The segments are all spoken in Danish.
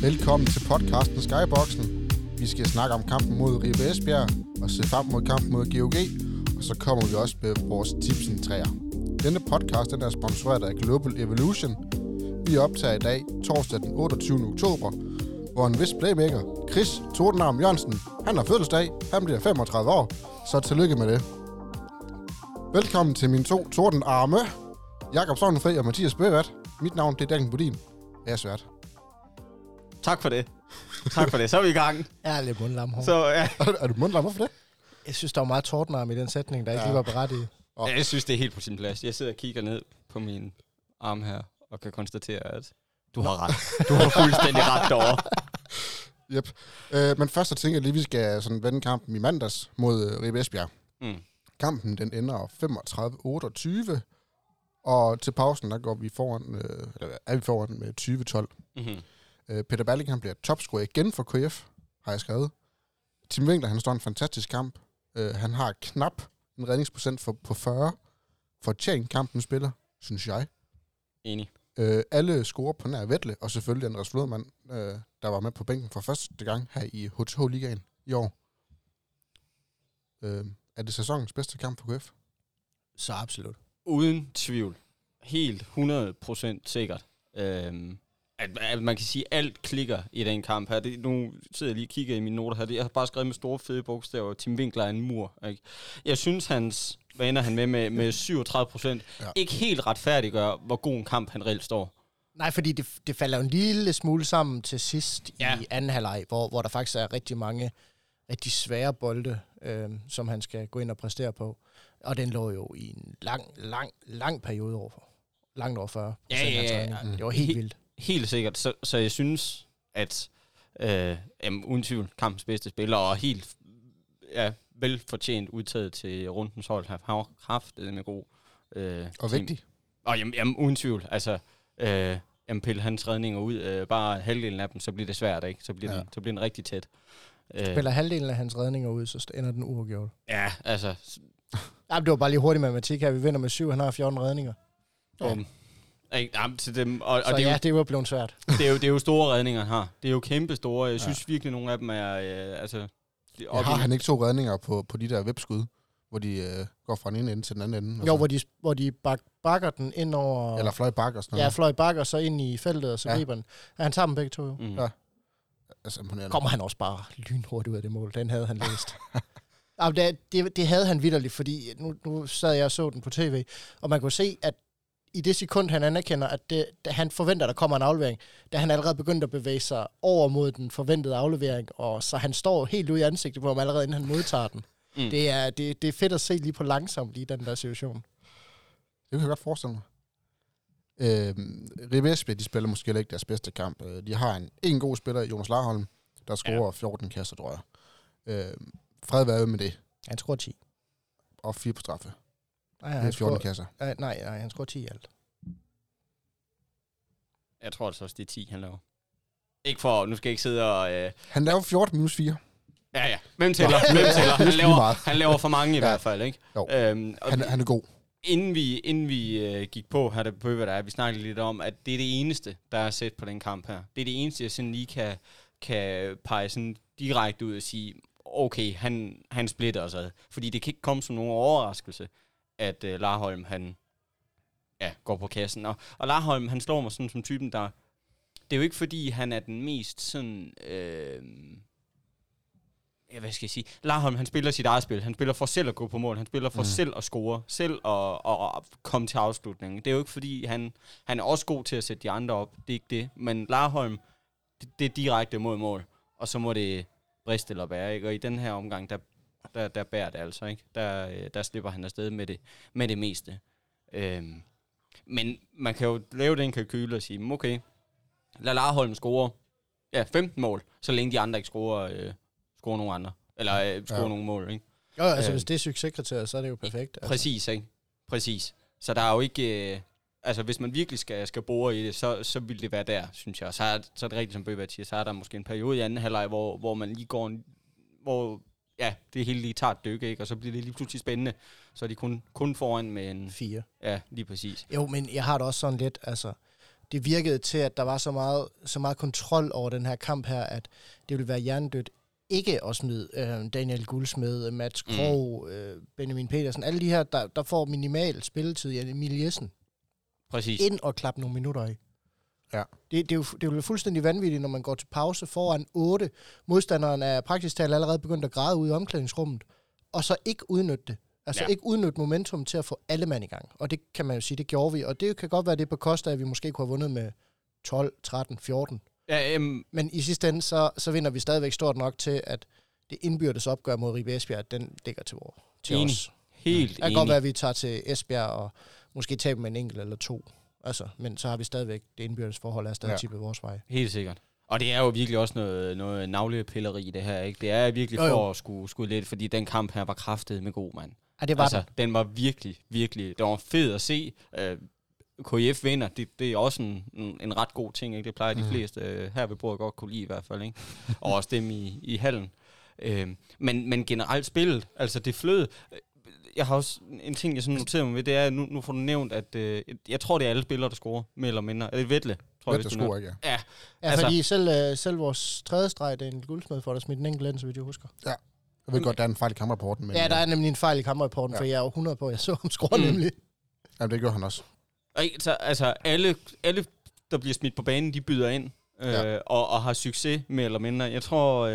Velkommen til podcasten Skyboxen. Vi skal snakke om kampen mod Ribe Esbjerg og se frem mod kampen mod GOG, og så kommer vi også med vores tipsen-træer. Denne podcast den er sponsoreret af Global Evolution. Vi optager i dag, torsdag den 28. oktober, hvor en vis playmaker, Chris Tordenarm Jørgensen, han har fødselsdag, han bliver 35 år, så tillykke med det. Velkommen til mine to tordenarme, Jakob Sovnfri og Mathias Bøvat. Mit navn det er Daniel Bodin. Jeg er svært. Tak for det. Så er vi i gang. Jeg er lidt mundlam. Så, ja. Er du mundlam? Hvorfor det? Jeg synes, der var meget tordenarm i den sætning, der ikke lige var berettiget. Jeg synes, det er helt på sin plads. Jeg sidder og kigger ned på min arm her, og kan konstatere, at du har ret. Du har fuldstændig ret derovre. Yep. Men først så tænker jeg lige, at vi skal sådan vende kampen i mandags mod Ribe Esbjerg. Kampen den ender 35-28, og til pausen der går vi foran, er vi foran med 20-12. Mm-hmm. Peter Balling han bliver topscorer igen for KF, har jeg skrevet. Tim Winkler han står en fantastisk kamp. Han har knap en redningsprocent på 40. Fortjent kampen spiller, synes jeg. Enig. Alle scorer på nær Vettle, og selvfølgelig Andreas Flodman, der var med på bænken for første gang her i HTH-ligaen i år. Er det sæsonens bedste kamp for KF? Så absolut. Uden tvivl. Helt 100% sikkert. At man kan sige, at alt klikker i den kamp her. Nu sidder jeg lige og kigger i mine noter her. Jeg har bare skrevet med store fede bogstaver, Tim Winkler er en mur. Ikke? Jeg synes, hvad ender han med 37%, ikke helt retfærdiggør, hvor god en kamp han reelt står. Nej, fordi det falder jo en lille smule sammen til sidst i anden halvleg, hvor der faktisk er rigtig mange rigtig svære bolde, som han skal gå ind og præstere på. Og den lå jo i en lang periode over. Langt over 40%. Ja. Det var helt vildt. Helt sikkert. Så jeg synes, at uden tvivl kampens bedste spiller, og helt velfortjent udtaget til rundens hold, har haft det med god og vigtig. Og jamen, uden tvivl. Altså, pille hans redninger ud, bare halvdelen af dem, så bliver det svært, ikke? Så bliver den rigtig tæt. Spiller halvdelen af hans redninger ud, så ender den uafgjort. Ja, altså. Det var bare lige hurtig matematik her. Vi vinder med 7, han har 14 redninger. Til dem, så det, det var blevet svært. Det er jo store redninger, han har. Det er jo kæmpe store. Jeg synes virkelig, nogle af dem er... har han ikke 2 redninger på de der webskud, hvor de går fra den ene ende til den anden ende? Jo, hvor de bakker den ind over... Eller fløj bakker. Sådan noget. Ja, fløj bakker så ind i feltet, og så griber den. Ja, han tager dem begge to. Ja. Altså, kommer han også bare lynhurtigt ud af det mål. Den havde han læst. Det havde han vitterligt, fordi nu sad jeg og så den på tv, og man kunne se, at i det sekund, han anerkender, at han forventer, at der kommer en aflevering, da han allerede begyndt at bevæge sig over mod den forventede aflevering, og så han står helt ude i ansigtet på ham allerede, inden han modtager den. Det er fedt at se lige på langsomt i den der situation. Det kan jeg godt forestille mig. Ribe Esbjerg, de spiller måske ikke deres bedste kamp. De har en god spiller, Jonas Larholm, der scorer 14 kasser, tror jeg. Fred, hvad er med det? Han scorer 10. Og 4 på straffe. Nej, han 14 kasser. Nej, han scorer 10 i alt. Jeg tror altså også, det er 10, han laver. Ikke for, nu skal jeg ikke sidde og... Han laver 14 minus 4. Ja. Hvem tæller? Han laver for mange i hvert fald, ikke? Jo. Han er god. Inden vi gik på her på hvad der er, vi snakkede lidt om, at det er det eneste, der er set på den kamp her. Det er det eneste, jeg sådan lige kan pege sådan direkte ud og sige, okay, han splitter os ad. Fordi det kan ikke komme som nogen overraskelse, at Larholm, han går på kassen. Og Larholm, han slår mig sådan som typen, der... Det er jo ikke, fordi han er den mest sådan... hvad skal jeg sige? Larholm, han spiller sit eget spil. Han spiller for selv at gå på mål. Han spiller for selv at score. Selv at komme til afslutningen. Det er jo ikke, fordi han er også god til at sætte de andre op. Det er ikke det. Men Larholm, det er direkte mod mål. Og så må det briste eller bære, ikke? Og i den her omgang, der bærer det altså, ikke? Der slipper han afsted med det meste. Men man kan jo lave den kalkyle og sige, okay, lad Larholm score 15 mål, så længe de andre ikke scorer nogen andre. Eller scorer nogle mål, ikke? Jo, altså hvis det er succeskriteriet, så er det jo perfekt. Altså. Præcis, ikke? Præcis. Så der er jo ikke... hvis man virkelig skal bore i det, så vil det være der, synes jeg. Så er det rigtigt, som Bøbert siger, så er der måske en periode i anden halvleg, hvor man lige går hvor det hele lige tager et dyk, ikke? Og så bliver det lige pludselig spændende. Så er de kun foran med en... 4. Ja, lige præcis. Jo, men jeg har det også sådan lidt, altså... det virkede til, at der var så meget kontrol over den her kamp her, at det ville være hjernedødt ikke at smide Daniel Guldsmed, Mats Krog, Benjamin Petersen, alle de her, der får minimal spilletid i Emil Jessen. Præcis. Ind og klappe nogle minutter af. Ja. Det er jo fuldstændig vanvittigt, når man går til pause foran 8. Modstanderen er praktisk talt allerede begyndt at græde ude i omklædningsrummet, og så ikke udnytte det. Altså ikke udnytte momentum til at få alle mand i gang. Og det kan man jo sige, det gjorde vi. Og det kan godt være, det på kost af, at vi måske kunne have vundet med 12, 13, 14. Ja, men i sidste ende, så vinder vi stadigvæk stort nok til, at det indbyrdes opgør mod Ribe Esbjerg, den ligger til os. Helt Det kan godt være, at vi tager til Esbjerg og måske taber med en enkelt eller to. Altså, men så har vi stadigvæk det indbyrdes forhold, er stadig tippet vores vej. Helt sikkert. Og det er jo virkelig også noget navlepilleri, det her, ikke? Det er virkelig for at skulle lidt, fordi den kamp her var kraftet med god, mand. Ja, det var altså, den var virkelig, virkelig, det var fed at se. KIF vinder, det er også en ret god ting, ikke? Det plejer de fleste her ved bordet godt kunne lide i hvert fald, ikke? Og også dem i hallen. Men generelt spillet, altså det flød. Jeg har også en ting, jeg sådan noterer mig ved, det er, nu får du nævnt, at jeg tror, det er alle spillere, der scorer, mere eller mindre. Er det Vettle? Vettle scorer, ikke? Ja. Ja, altså, fordi selv vores tredje streg, det er en Guldsmed for, der smidt en enkelt ind, så vidt jeg husker. Ja. Jeg ved godt, der er en fejl i kamprapporten. Men ja, der er nemlig en fejl i kamprapporten, for jeg er jo 100 på, jeg så ham score nemlig. Jamen, det gjorde han også. Altså, alle, der bliver smidt på banen, de byder ind, og har succes, mere eller mindre. Jeg tror...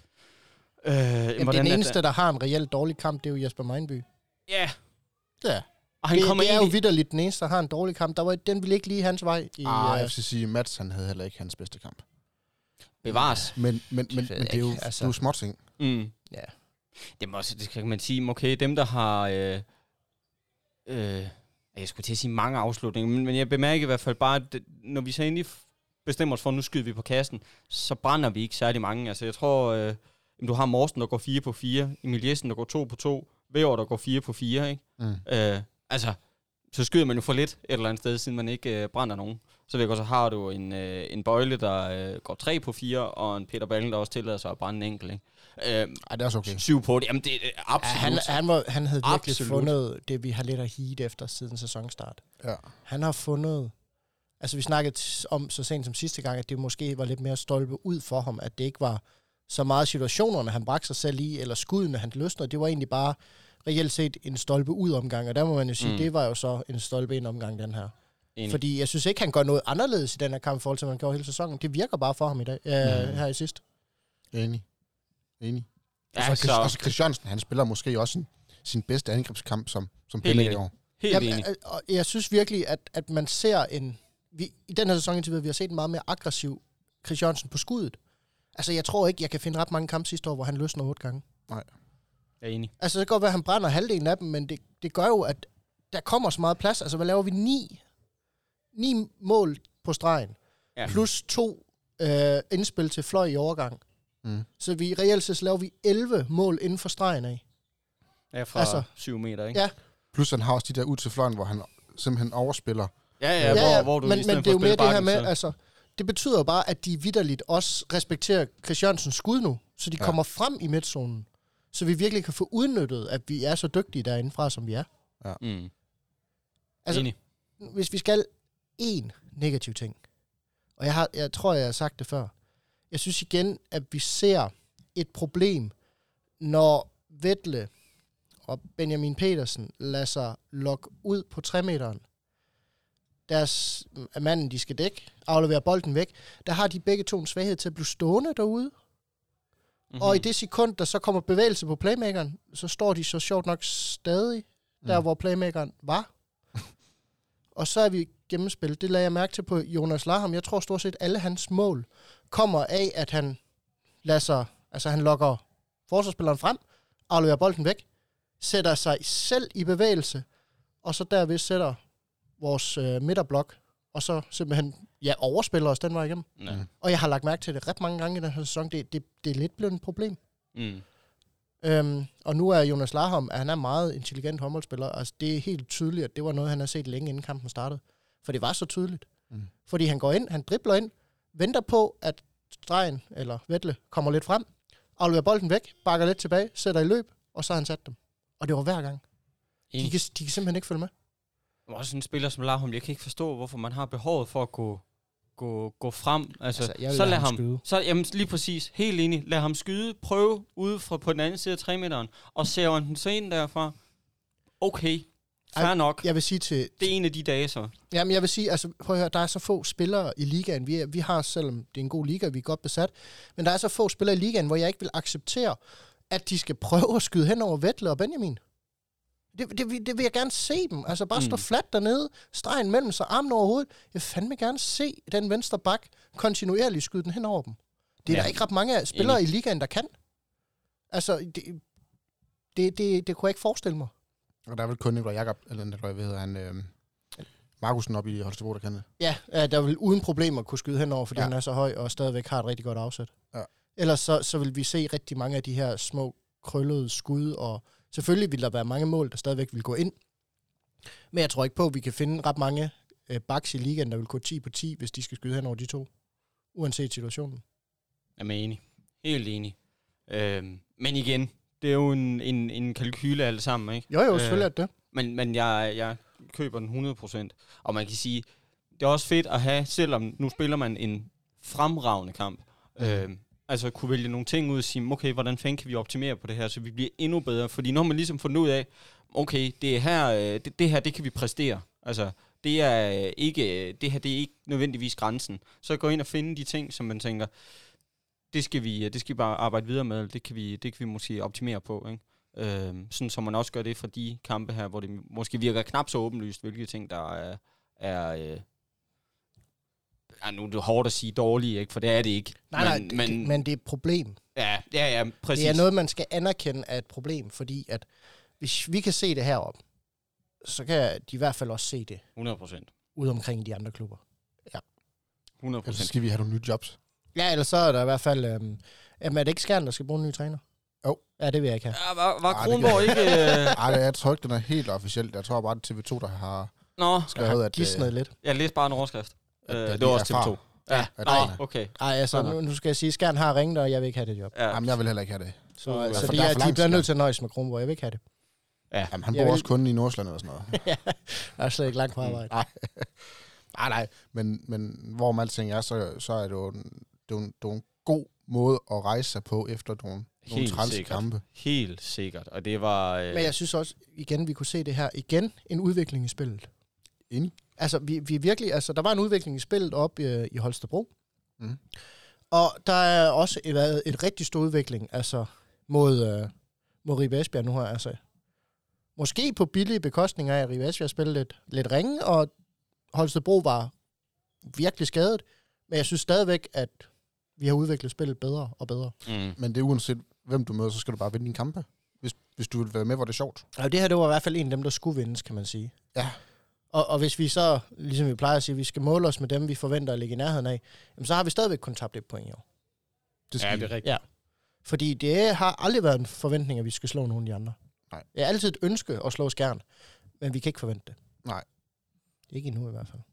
den eneste, der har en reelt dårlig kamp, det er jo Jesper Meinby. Ja. Ja. Og han det er jo vitterligt den eneste, der har en dårlig kamp. Den ville ikke lige hans vej. Jeg skal sige, Mats, han havde heller ikke hans bedste kamp. Bevares. Men det er jo altså, småting. Ja. Det kan man sige, okay, dem der har... jeg skulle til at sige mange afslutninger, men jeg bemærker i hvert fald bare, at når vi så endelig bestemmer os for, at nu skyder vi på kassen, så brænder vi ikke særlig mange. Altså jeg tror, du har Morsten, der går 4 på 4, Emil Jessen, der går 2 på 2, Væver, der går 4 på 4, ikke? Altså, så skyder man jo for lidt et eller andet sted, siden man ikke brænder nogen. Så ved jeg, så har du en Bøjle, der går 3 på 4, og en Peter Ballen, der også tillader sig at brænde en enkelt, ikke? Det er også okay. 7 på det, jamen det er absolut. Han havde virkelig fundet det, vi har lidt at heat efter siden sæsonstart. Ja. Han har fundet... Altså, vi snakkede om så sent som sidste gang, at det måske var lidt mere stolpe ud for ham, at det ikke var så meget situationerne, han bragte sig selv i, eller skuddene, han løsnede. Det var egentlig bare reelt set en stolpe ud omgang, og der må man jo sige, det var jo så en stolpe ind omgang, den her. Enig. Fordi jeg synes ikke, han gør noget anderledes i den her kamp, i forhold til, man gjorde hele sæsonen. Det virker bare for ham i dag, her i sidst. Enig. Ja, og så Christiansen, han spiller måske også sin bedste angrebskamp som Pelle i år. Helt enig. Og jeg synes virkelig, at man ser i den her sæson indtil videre, vi har set en meget mere aggressiv Christiansen på skuddet. Altså, jeg tror ikke, jeg kan finde ret mange kampe sidste år, hvor han løsner 8 gange. Nej. Jeg er enig. Altså, det kan godt være, at han brænder halvdelen af dem, men det gør jo, at der kommer så meget plads. Altså, hvad laver vi? 9 mål på stregen. Ja. Plus 2 indspil til fløj i overgang. Så vi reelt set laver vi 11 mål inden for stregen af. Ja, fra 7 meter, ikke? Ja. Plus han har også de der ud til fløjen, hvor han simpelthen overspiller. Hvor du men det er jo mere det her med, altså, det betyder jo bare, at de vitterligt også respekterer Christiansens skud nu, så de kommer frem i midtzonen, så vi virkelig kan få udnyttet, at vi er så dygtige derindefra, som vi er. Ja. Altså, enig. Hvis vi skal én negativ ting, og jeg tror, jeg har sagt det før, jeg synes igen, at vi ser et problem, når Vettle og Benjamin Petersen lader sig lokke ud på 3-meteren. Deres manden, de skal dække, aflevere bolden væk, der har de begge to en svaghed til at blive stående derude. Og i det sekund, der så kommer bevægelse på playmakeren, så står de så sjovt nok stadig der, hvor playmakeren var. Og så er vi gennemspillet. Det lagde jeg mærke til på Jonas Laham. Jeg tror stort set alle hans mål kommer af, at han han lokker forsvarsspilleren frem, afleverer bolden væk, sætter sig selv i bevægelse, og så derved sætter vores midterblok, og så simpelthen overspiller os den vej igennem. Og jeg har lagt mærke til det ret mange gange i den her sæson. Det er lidt blevet et problem. Og nu er Jonas Laham, han er meget intelligent håndboldspiller. Altså, det er helt tydeligt, at det var noget, han har set længe inden kampen startede. For det var så tydeligt. Fordi han går ind, han dribler ind, venter på, at stregen, eller Vettle, kommer lidt frem, afleverer bolden væk, bakker lidt tilbage, sætter i løb, og så har han sat dem. Og det var hver gang. De kan simpelthen ikke følge med. Også en spiller som Laholm, jeg kan ikke forstå, hvorfor man har behovet for at gå frem. Altså så lad ham skyde. Så, jamen, lige præcis, helt enig. Lad ham skyde, prøve ude fra på den anden side af 3 meteren, og ser den så ind derfra. Okay, fair nok. Jeg vil sige til... Det er en af de dage, så. Jamen, jeg vil sige, altså, prøv at høre, der er så få spillere i ligaen. Vi har, selvom det er en god liga, vi er godt besat, men der er så få spillere i ligaen, hvor jeg ikke vil acceptere, at de skal prøve at skyde hen over Vettel og Benjamin. Det vil jeg gerne se dem. Altså bare stå fladt dernede, stregen mellem sig, armen over hovedet. Jeg vil fandme gerne se den venstre bak kontinuerligt skyde den hen over dem. Det er der ikke ret mange spillere i ligaen, der kan. Altså, det kunne jeg ikke forestille mig. Og der er vel kun Nikolaj Jakob, eller hvad hedder han, Markusen op i Holstebro, der kan det. Ja, der vil uden problemer kunne skyde henover, fordi han er så høj og stadigvæk har et rigtig godt afsæt. Ja. Ellers så vil vi se rigtig mange af de her små krøllede skud, og selvfølgelig vil der være mange mål, der stadigvæk vil gå ind. Men jeg tror ikke på, at vi kan finde ret mange backs i ligaen, der vil gå 10 på 10, hvis de skal skyde hen over de to, uanset situationen. Jeg er enig. Helt enig. Men igen, det er jo en kalkyle alle sammen, ikke? Jo, selvfølgelig er det. Men jeg køber den 100%. Og man kan sige, det er også fedt at have, selvom nu spiller man en fremragende kamp, altså kunne vælge nogle ting ud og sige, okay, hvordan fanden kan vi optimere på det her, så vi bliver endnu bedre. Fordi når man ligesom fundet ud af, okay, det her, det kan vi præstere. Altså, det er ikke nødvendigvis grænsen. Så gå ind og finde de ting, som man tænker, det skal vi bare arbejde videre med, det kan vi måske optimere på, ikke? Sådan som man også gør det for de kampe her, hvor det måske virker knap så åbenlyst, hvilke ting der er nu er det hårdt at sige dårlige, ikke? For det er det ikke. Men det er et problem. Ja, præcis. Det er noget, man skal anerkende er et problem, fordi at hvis vi kan se det heroppe, så kan de i hvert fald også se det. 100%. Ude omkring de andre klubber. Ja. 100%. Ellers skal vi have nogle nye jobs. Ja, ellers så er der i hvert fald... er det ikke Skjern, der skal bruge en ny træner? Jo. Ja, det vil jeg ikke have. Ja, var Kronborg ikke... Nej, jeg tror ikke, den er helt officielt. Jeg tror bare, det er TV2, der har skrevet, at... Gisnet lidt. Jeg læste bare en overskrift. Det var også TV2. Ja, okay. Nej, altså, nu skal jeg sige, Skjern har ringet, og jeg vil ikke have det job. Ja. Jamen, jeg vil heller ikke have det. Så de bliver nødt til at nøjes med Kronborg. Jeg vil ikke have det. Ja. Jamen, han bor også kun i Nordsjælland eller sådan noget. Ja, der er slet ikke langt på arbejde. Nej. Men hvor alting er, så er det jo en god måde at rejse sig på efter nogle trælse kampe. Helt sikkert. Og det var... Men jeg synes også, igen, vi kunne se det her. Igen, en udvikling i spillet. Enig. Altså, vi virkelig... Altså, der var en udvikling i spillet op i Holstebro. Mm. Og der er også været et rigtig stor udvikling, altså, mod Ribe Esbjerg nu her. Altså, måske på billige bekostninger af, at Ribe Esbjerg spillede lidt ringe, og Holstebro var virkelig skadet. Men jeg synes stadigvæk, at vi har udviklet spillet bedre og bedre. Mm. Men det er uanset, hvem du møder, så skal du bare vinde din kampe. Hvis du vil være med, hvor det er sjovt. Og det her, det var i hvert fald en af dem, der skulle vindes, kan man sige. Ja. Og hvis vi så, ligesom vi plejer at sige, vi skal måle os med dem, vi forventer at ligge i nærheden af, jamen, så har vi stadigvæk kun tabt et point i år. Det er rigtigt. Ja. Fordi det har aldrig været en forventning, at vi skal slå nogen af de andre. Nej. Det er altid et ønske at slå Skjern, men vi kan ikke forvente det. Nej. Ikke endnu i hvert fald.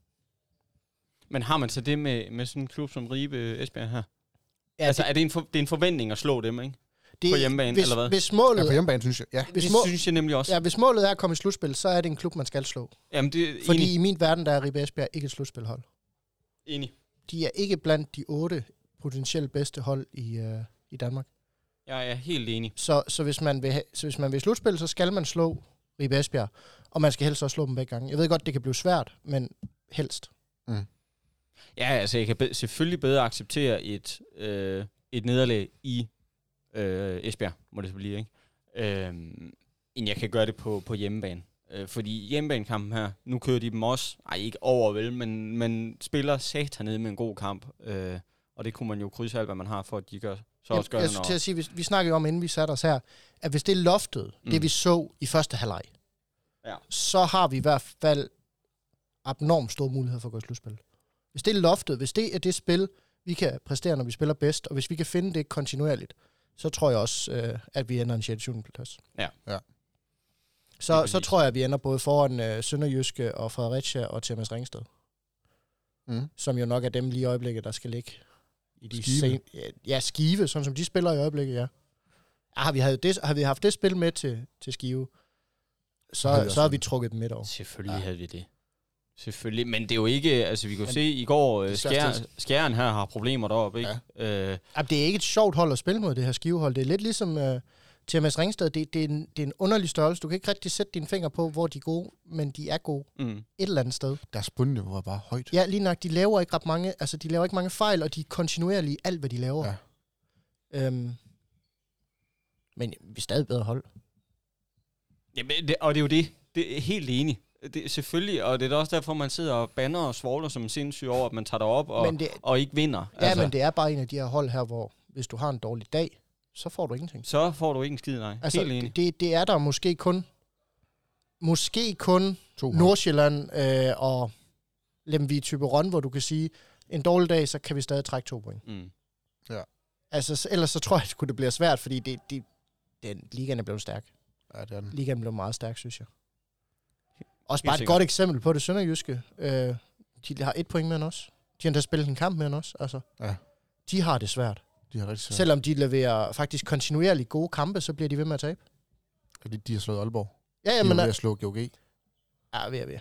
Men har man så det med sådan en klub som Ribe Esbjerg her? Ja, altså, det er en forventning at slå dem, ikke? På hjemmebane, eller hvad? Hvis målet, på hjemmebane, synes jeg. Ja. Synes jeg nemlig også. Ja, hvis målet er at komme i slutspil, så er det en klub, man skal slå. Jamen, fordi i min verden, der er Ribe Esbjerg ikke et slutspilhold. Enig. De er ikke blandt de 8 potentielt bedste hold i Danmark. Jeg er helt enig. Så hvis man vil slutspil, så skal man slå Ribe Esbjerg. Og man skal helst også slå dem begge gange. Jeg ved godt, det kan blive svært, men helst. Mm. Ja, altså jeg kan selvfølgelig bedre acceptere et nederlag i Esbjerg, må det så blive, ikke? End jeg kan gøre det på hjemmebane. Fordi hjemmebanekampen her, nu kører de dem også, ikke over vel, men spiller satanede med en god kamp. Og det kunne man jo krydse alt, hvad man har, for at de gør, så også gør det. Jeg skulle til at sige, vi snakkede jo om, inden vi satte os her, at hvis det er loftet, det vi så i første halvleg, så har vi i hvert fald abnormt store muligheder for at gå i slutspil. Hvis det er loftet, hvis det er det spil, vi kan præstere, når vi spiller bedst, og hvis vi kan finde det kontinuerligt, så tror jeg også, at vi ender en 6. 7. plads. Ja. Så tror jeg, at vi ender både foran Sønderjyske og Fredericia og Thomas Ringsted. Som jo nok er dem lige i øjeblikket, der skal ligge i de Skive, sådan som de spiller i øjeblikket, ja. Har vi haft det spil med til Skive, så har vi trukket dem midt over. Selvfølgelig havde vi det. Selvfølgelig, men det er jo ikke, altså vi kunne se i går, Skjern her har problemer deroppe, ikke? Ja. Det er ikke et sjovt hold at spille mod, det her Skivehold. Det er lidt ligesom TMS Ringsted. Det er en underlig størrelse. Du kan ikke rigtig sætte dine fingre på, hvor de er gode, men de er gode et eller andet sted. Deres bundniveau er bare højt. Ja, lige nok. De laver ikke ret mange, altså de laver ikke mange fejl, og de er kontinuerlige i alt, hvad de laver. Ja. Men vi er stadig bedre hold. Jamen, og det er jo det. Det er helt enig. Det, selvfølgelig, og det er da også derfor, man sidder og bander og svogler som sindssyg over, at man tager derop og ikke vinder. Ja, altså. Men det er bare en af de her hold her, hvor hvis du har en dårlig dag, så får du ingenting. Så får du ikke en skid, nej. Altså, helt enig. Det er der måske kun Nordsjælland og Lemvig Thyborøn, hvor du kan sige, en dårlig dag, så kan vi stadig trække 2 point. Ja. Altså, ellers så tror jeg, at det bliver svært, fordi ligaen er blevet stærk. Ja, det er den. Ligaen blev meget stærk, synes jeg. Også bare et godt eksempel på det sønderjyske. De har 1 point mere end os. De har endda spillet en kamp mere end os. Altså, de har det svært. De har rigtig svært. Selvom de leverer faktisk kontinuerligt gode kampe, så bliver de ved med at tabe. De har slået Aalborg. Ja, de er ved at slå GOG. Ja, ved.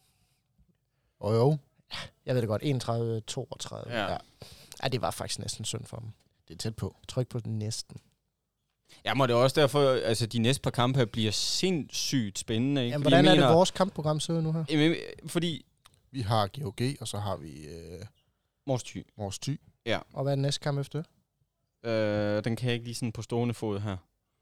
Og jo. Jeg ved det godt. 31-32. Ja, det var faktisk næsten synd for dem. Det er tæt på. Tryk på den næsten. Ja, må det også derfor, altså de næste par kampe her bliver sindssygt spændende, ikke? Jamen, hvordan er det vores kampprogram så nu her? Jamen, fordi vi har GOG, og så har vi Mors Thy. Ja. Og hvad er den næste kamp efter? Den kan jeg ikke lige sådan på stående fod her.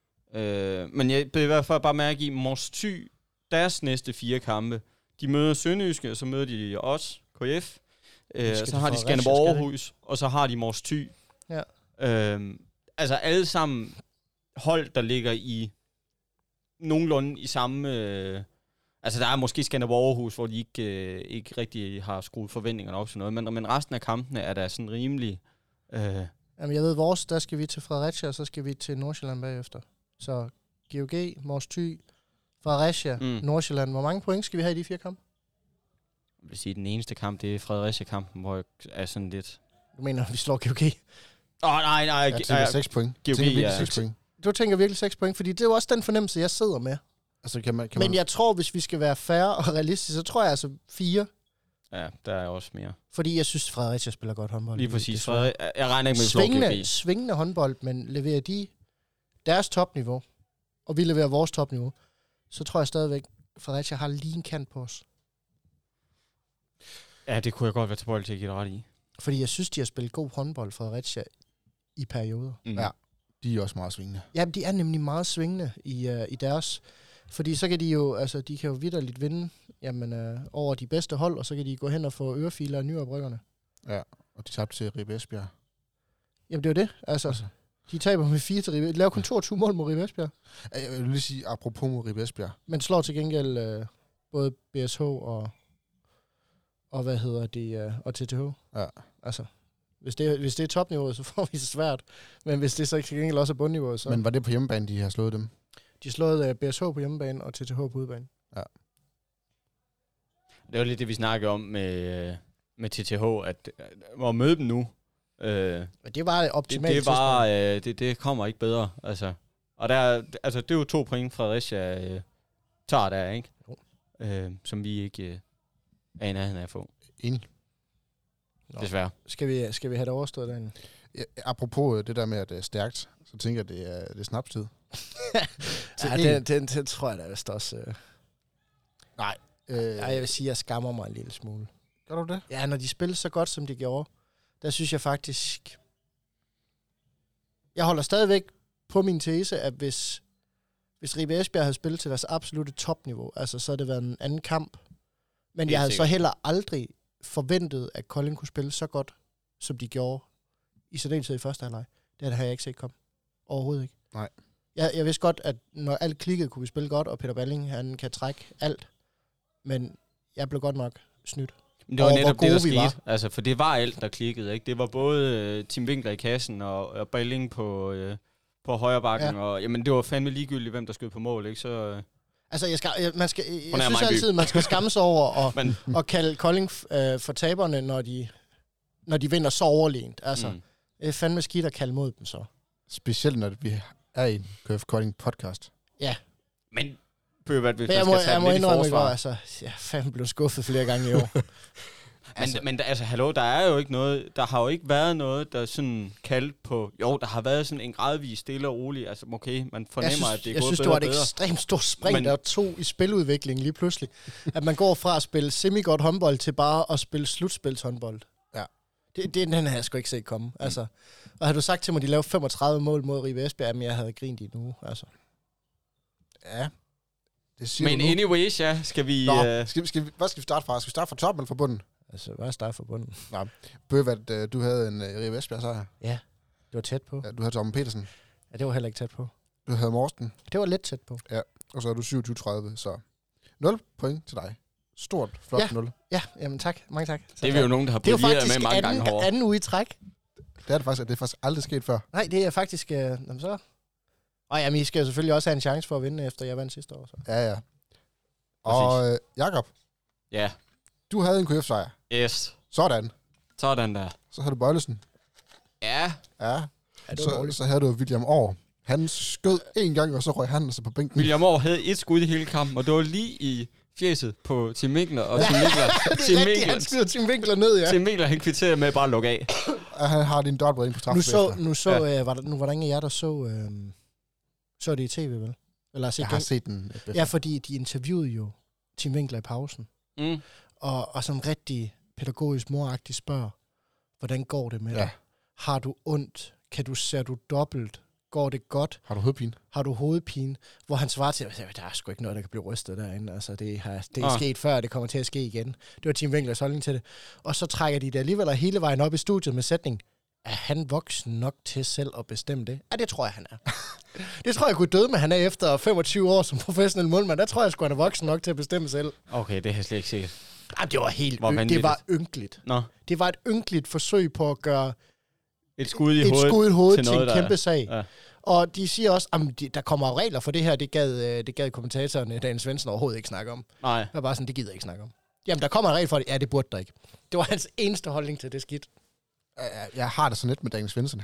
Men jeg beder i hvert fald bare mærke i Mors Thy, deres næste 4 kampe. De møder Sønderjyske, og så møder de os, KF. Så har de Skanderborg Aarhus, og så har de Mors Thy. Ja. Altså alle sammen hold, der ligger i nogenlunde i samme... altså der er måske Skanderborg Aarhus, hvor de ikke rigtig har skruet forventningerne op til noget, men resten af kampene er der sådan rimelig... Jamen jeg ved, der skal vi til Fredericia, og så skal vi til Nordsjælland bagefter. Så GOG, Mors Thy, Fredericia, Nordsjælland. Hvor mange point skal vi have i de 4 kampe? Jeg vil sige, at den eneste kamp, det er Fredericia-kampen, hvor jeg er sådan lidt... Du mener, vi slår GOG? Nej. Jeg tænker 6 point. GOG, 6 point. Du tænker virkelig 6 point, fordi det er jo også den fornemmelse, jeg sidder med. Altså, kan man... Men jeg tror, hvis vi skal være fair og realistiske, så tror jeg altså 4. Ja, der er også mere. Fordi jeg synes, Fredericia spiller godt håndbold. Lige præcis. Jeg regner ikke med svingende håndbold, men leverer de deres topniveau, og vi leverer vores topniveau, så tror jeg stadigvæk, Fredericia har lige en kant på os. Ja, det kunne jeg godt være tilbøjelig til at give ret i. Fordi jeg synes, de har spillet god håndbold, Fredericia, i perioder. Ja, de er også meget svingende. Ja, de er nemlig meget svingende i deres... Fordi så kan de jo, altså de kan jo vitterligt vinde over de bedste hold, og så kan de gå hen og få ørefiler af nyoprykkerne. Ja, og de tabte til Ribe Esbjerg. Jamen det er jo det, altså. De taber med 4 til Ribe. De laver kun 22 mål mod Ribe Esbjerg. Jeg vil lige sige, apropos mod Ribe Esbjerg. Men slår til gengæld både BSH og hvad hedder det, og TTH. Ja. Altså, hvis det er topniveau, så får vi det svært. Men hvis det så ikke til gengæld også er bundniveau, så... Men var det på hjemmebane, de har slået dem? De slået BSH på hjemmebane og TTH på udebane. Ja. Det var lidt det, vi snakkede om med TTH, at møde dem nu. Det var optimalt. Det kommer ikke bedre. Altså. Og det er jo 2 point, Fredericia tager der, ikke? Som vi ikke er i nærheden af at få. Enig. Desværre. Skal vi have det overstået derinde? Ja, apropos det der med, at det er stærkt, så tænker jeg, det er snapstid. Ja, den tror jeg da vist også... Nej. Jeg vil sige, at jeg skammer mig en lille smule. Gør du det? Ja, når de spiller så godt, som de gjorde, der synes jeg faktisk... Jeg holder stadigvæk på min tese, at hvis Ribe Esbjerg havde spillet til deres absolutte topniveau, altså så havde det været en anden kamp. Men jeg havde så heller aldrig forventet, at Kolding kunne spille så godt, som de gjorde i særdeleshed i første halvleg. Det har jeg ikke set komme. Overhovedet ikke. Nej. Jeg vidste godt, at når alt klikkede, kunne vi spille godt, og Peter Balling, han kan trække alt. Men jeg blev godt nok snydt. Men det var netop det, der skete. Altså, for det var alt, der klikkede, ikke? Det var både Tim Winkler i kassen og Balling på højre bakken. Ja. Og jamen, det var fandme ligegyldigt, hvem der skød på mål, ikke? Så... Altså, jeg synes altid, man skal skamme sig over og kalde Kolding for taberne, når de vinder så overlegent. Altså, det er fandme skidt at kalde mod dem så. Specielt, når vi er i en KF Kolding podcast. Ja. Men Bøvert, hvis Men man skal jeg må lidt i indrømme, forsvar. altså, jeg fandme blev skuffet flere gange i år. Men altså, hallo, der er jo ikke noget, der har jo ikke været noget, der sådan kaldt på, jo, der har været sådan en gradvis stille og rolig, altså okay, man fornemmer, at det er jeg gået synes, det bedre var og et bedre. ekstremt stort spring, Men- der tog i spiludviklingen lige pludselig. At man går fra at spille semi-godt håndbold til bare at spille slutspilshåndbold. Ja. Den har jeg sgu ikke set komme. Altså. Og havde du sagt til mig, at de lavede 35 mål mod Ribe Esbjerg, jamen jeg havde grint i nu. Altså. Ja. Det siger Men du nu. anyways, ja, skal vi... Nå, hvad skal vi starte fra? Skal vi starte fra toppen eller fra bunden? Altså, hvad er start for bunden? Bøvert, du havde en Ribe Esbjerg sejr. Ja, det var tæt på. Ja, du havde Tom Petersen. Ja, det var heller ikke tæt på. Du havde Morsten. Det var lidt tæt på. Og så er du 27-30, så 0 point til dig. Stort, flot Ja. 0. Ja, jamen tak. Mange tak. Det er vi jo nogen, der har Det er jo brilleret faktisk med mange gange hårdere. anden uge i træk. Det er faktisk aldrig sket før. Nej, det er faktisk... Jamen så... Og jamen, I skal jo selvfølgelig også have en chance for at vinde, efter jeg vandt sidste år. Så. Ja. Og Jakob, Ja, du havde en KF-sejr. yes. Sådan. Sådan der. Så havde du Bøjlesen. Ja, Ja. Ja, det var dårligt. Så havde du William Aar. Han skød en gang, og så røg han altså på bænken. William Aar havde et skud i hele kampen, og det var lige i fjeset på Tim Winkler, og Tim Winkler, Det er rigtigt, han skyder Tim Winkler ned, ja. Tim Winkler, han kvitterede med bare at lukke af. Og han har din dobbelt ind på straffen. Var der ingen af jer, der så det i tv, vel? Eller har set Jeg har den? set den. Ja, fordi de interviewede jo Tim Winkler i pausen. Mm. Og sådan rigtig pædagogisk moragtigt spørger, hvordan går det med dig? Har du ondt? Ser du dobbelt? Går det godt? Har du hovedpine? Har du hovedpine? Hvor han svarer til, der er sgu ikke noget, der kan blive rystet derinde. Altså, det er sket før, og det kommer til at ske igen. Det var Tim Winklers holdning til det. Og så trækker de det alligevel hele vejen op i studiet med sætning. Er han voksen nok til selv at bestemme det? Ja, det tror jeg, han er. Det tror jeg kunne døde med, han er efter 25 år som professionel målmand. Der tror jeg sgu, han er voksen nok til at bestemme selv. Okay, det har jeg slet ikke set. Jamen, det var helt Hvor vanvittigt. Det var ynkeligt. Nå, Det var et ynkeligt forsøg på at gøre et skud i et hovedet. skud i hovedet til noget, en kæmpe sag. Ja. Og de siger også, at der kommer regler for det her. Det gad kommentatorerne, Dan Svendsen, overhovedet ikke snakke om. Nej. Jeg var bare sådan, det gider jeg ikke snakke om. Jamen, der kommer en regel for det. Ja, det burde der ikke. Det var hans eneste holdning til det skidt. Jeg har det sådan lidt med Daniel Svendsen.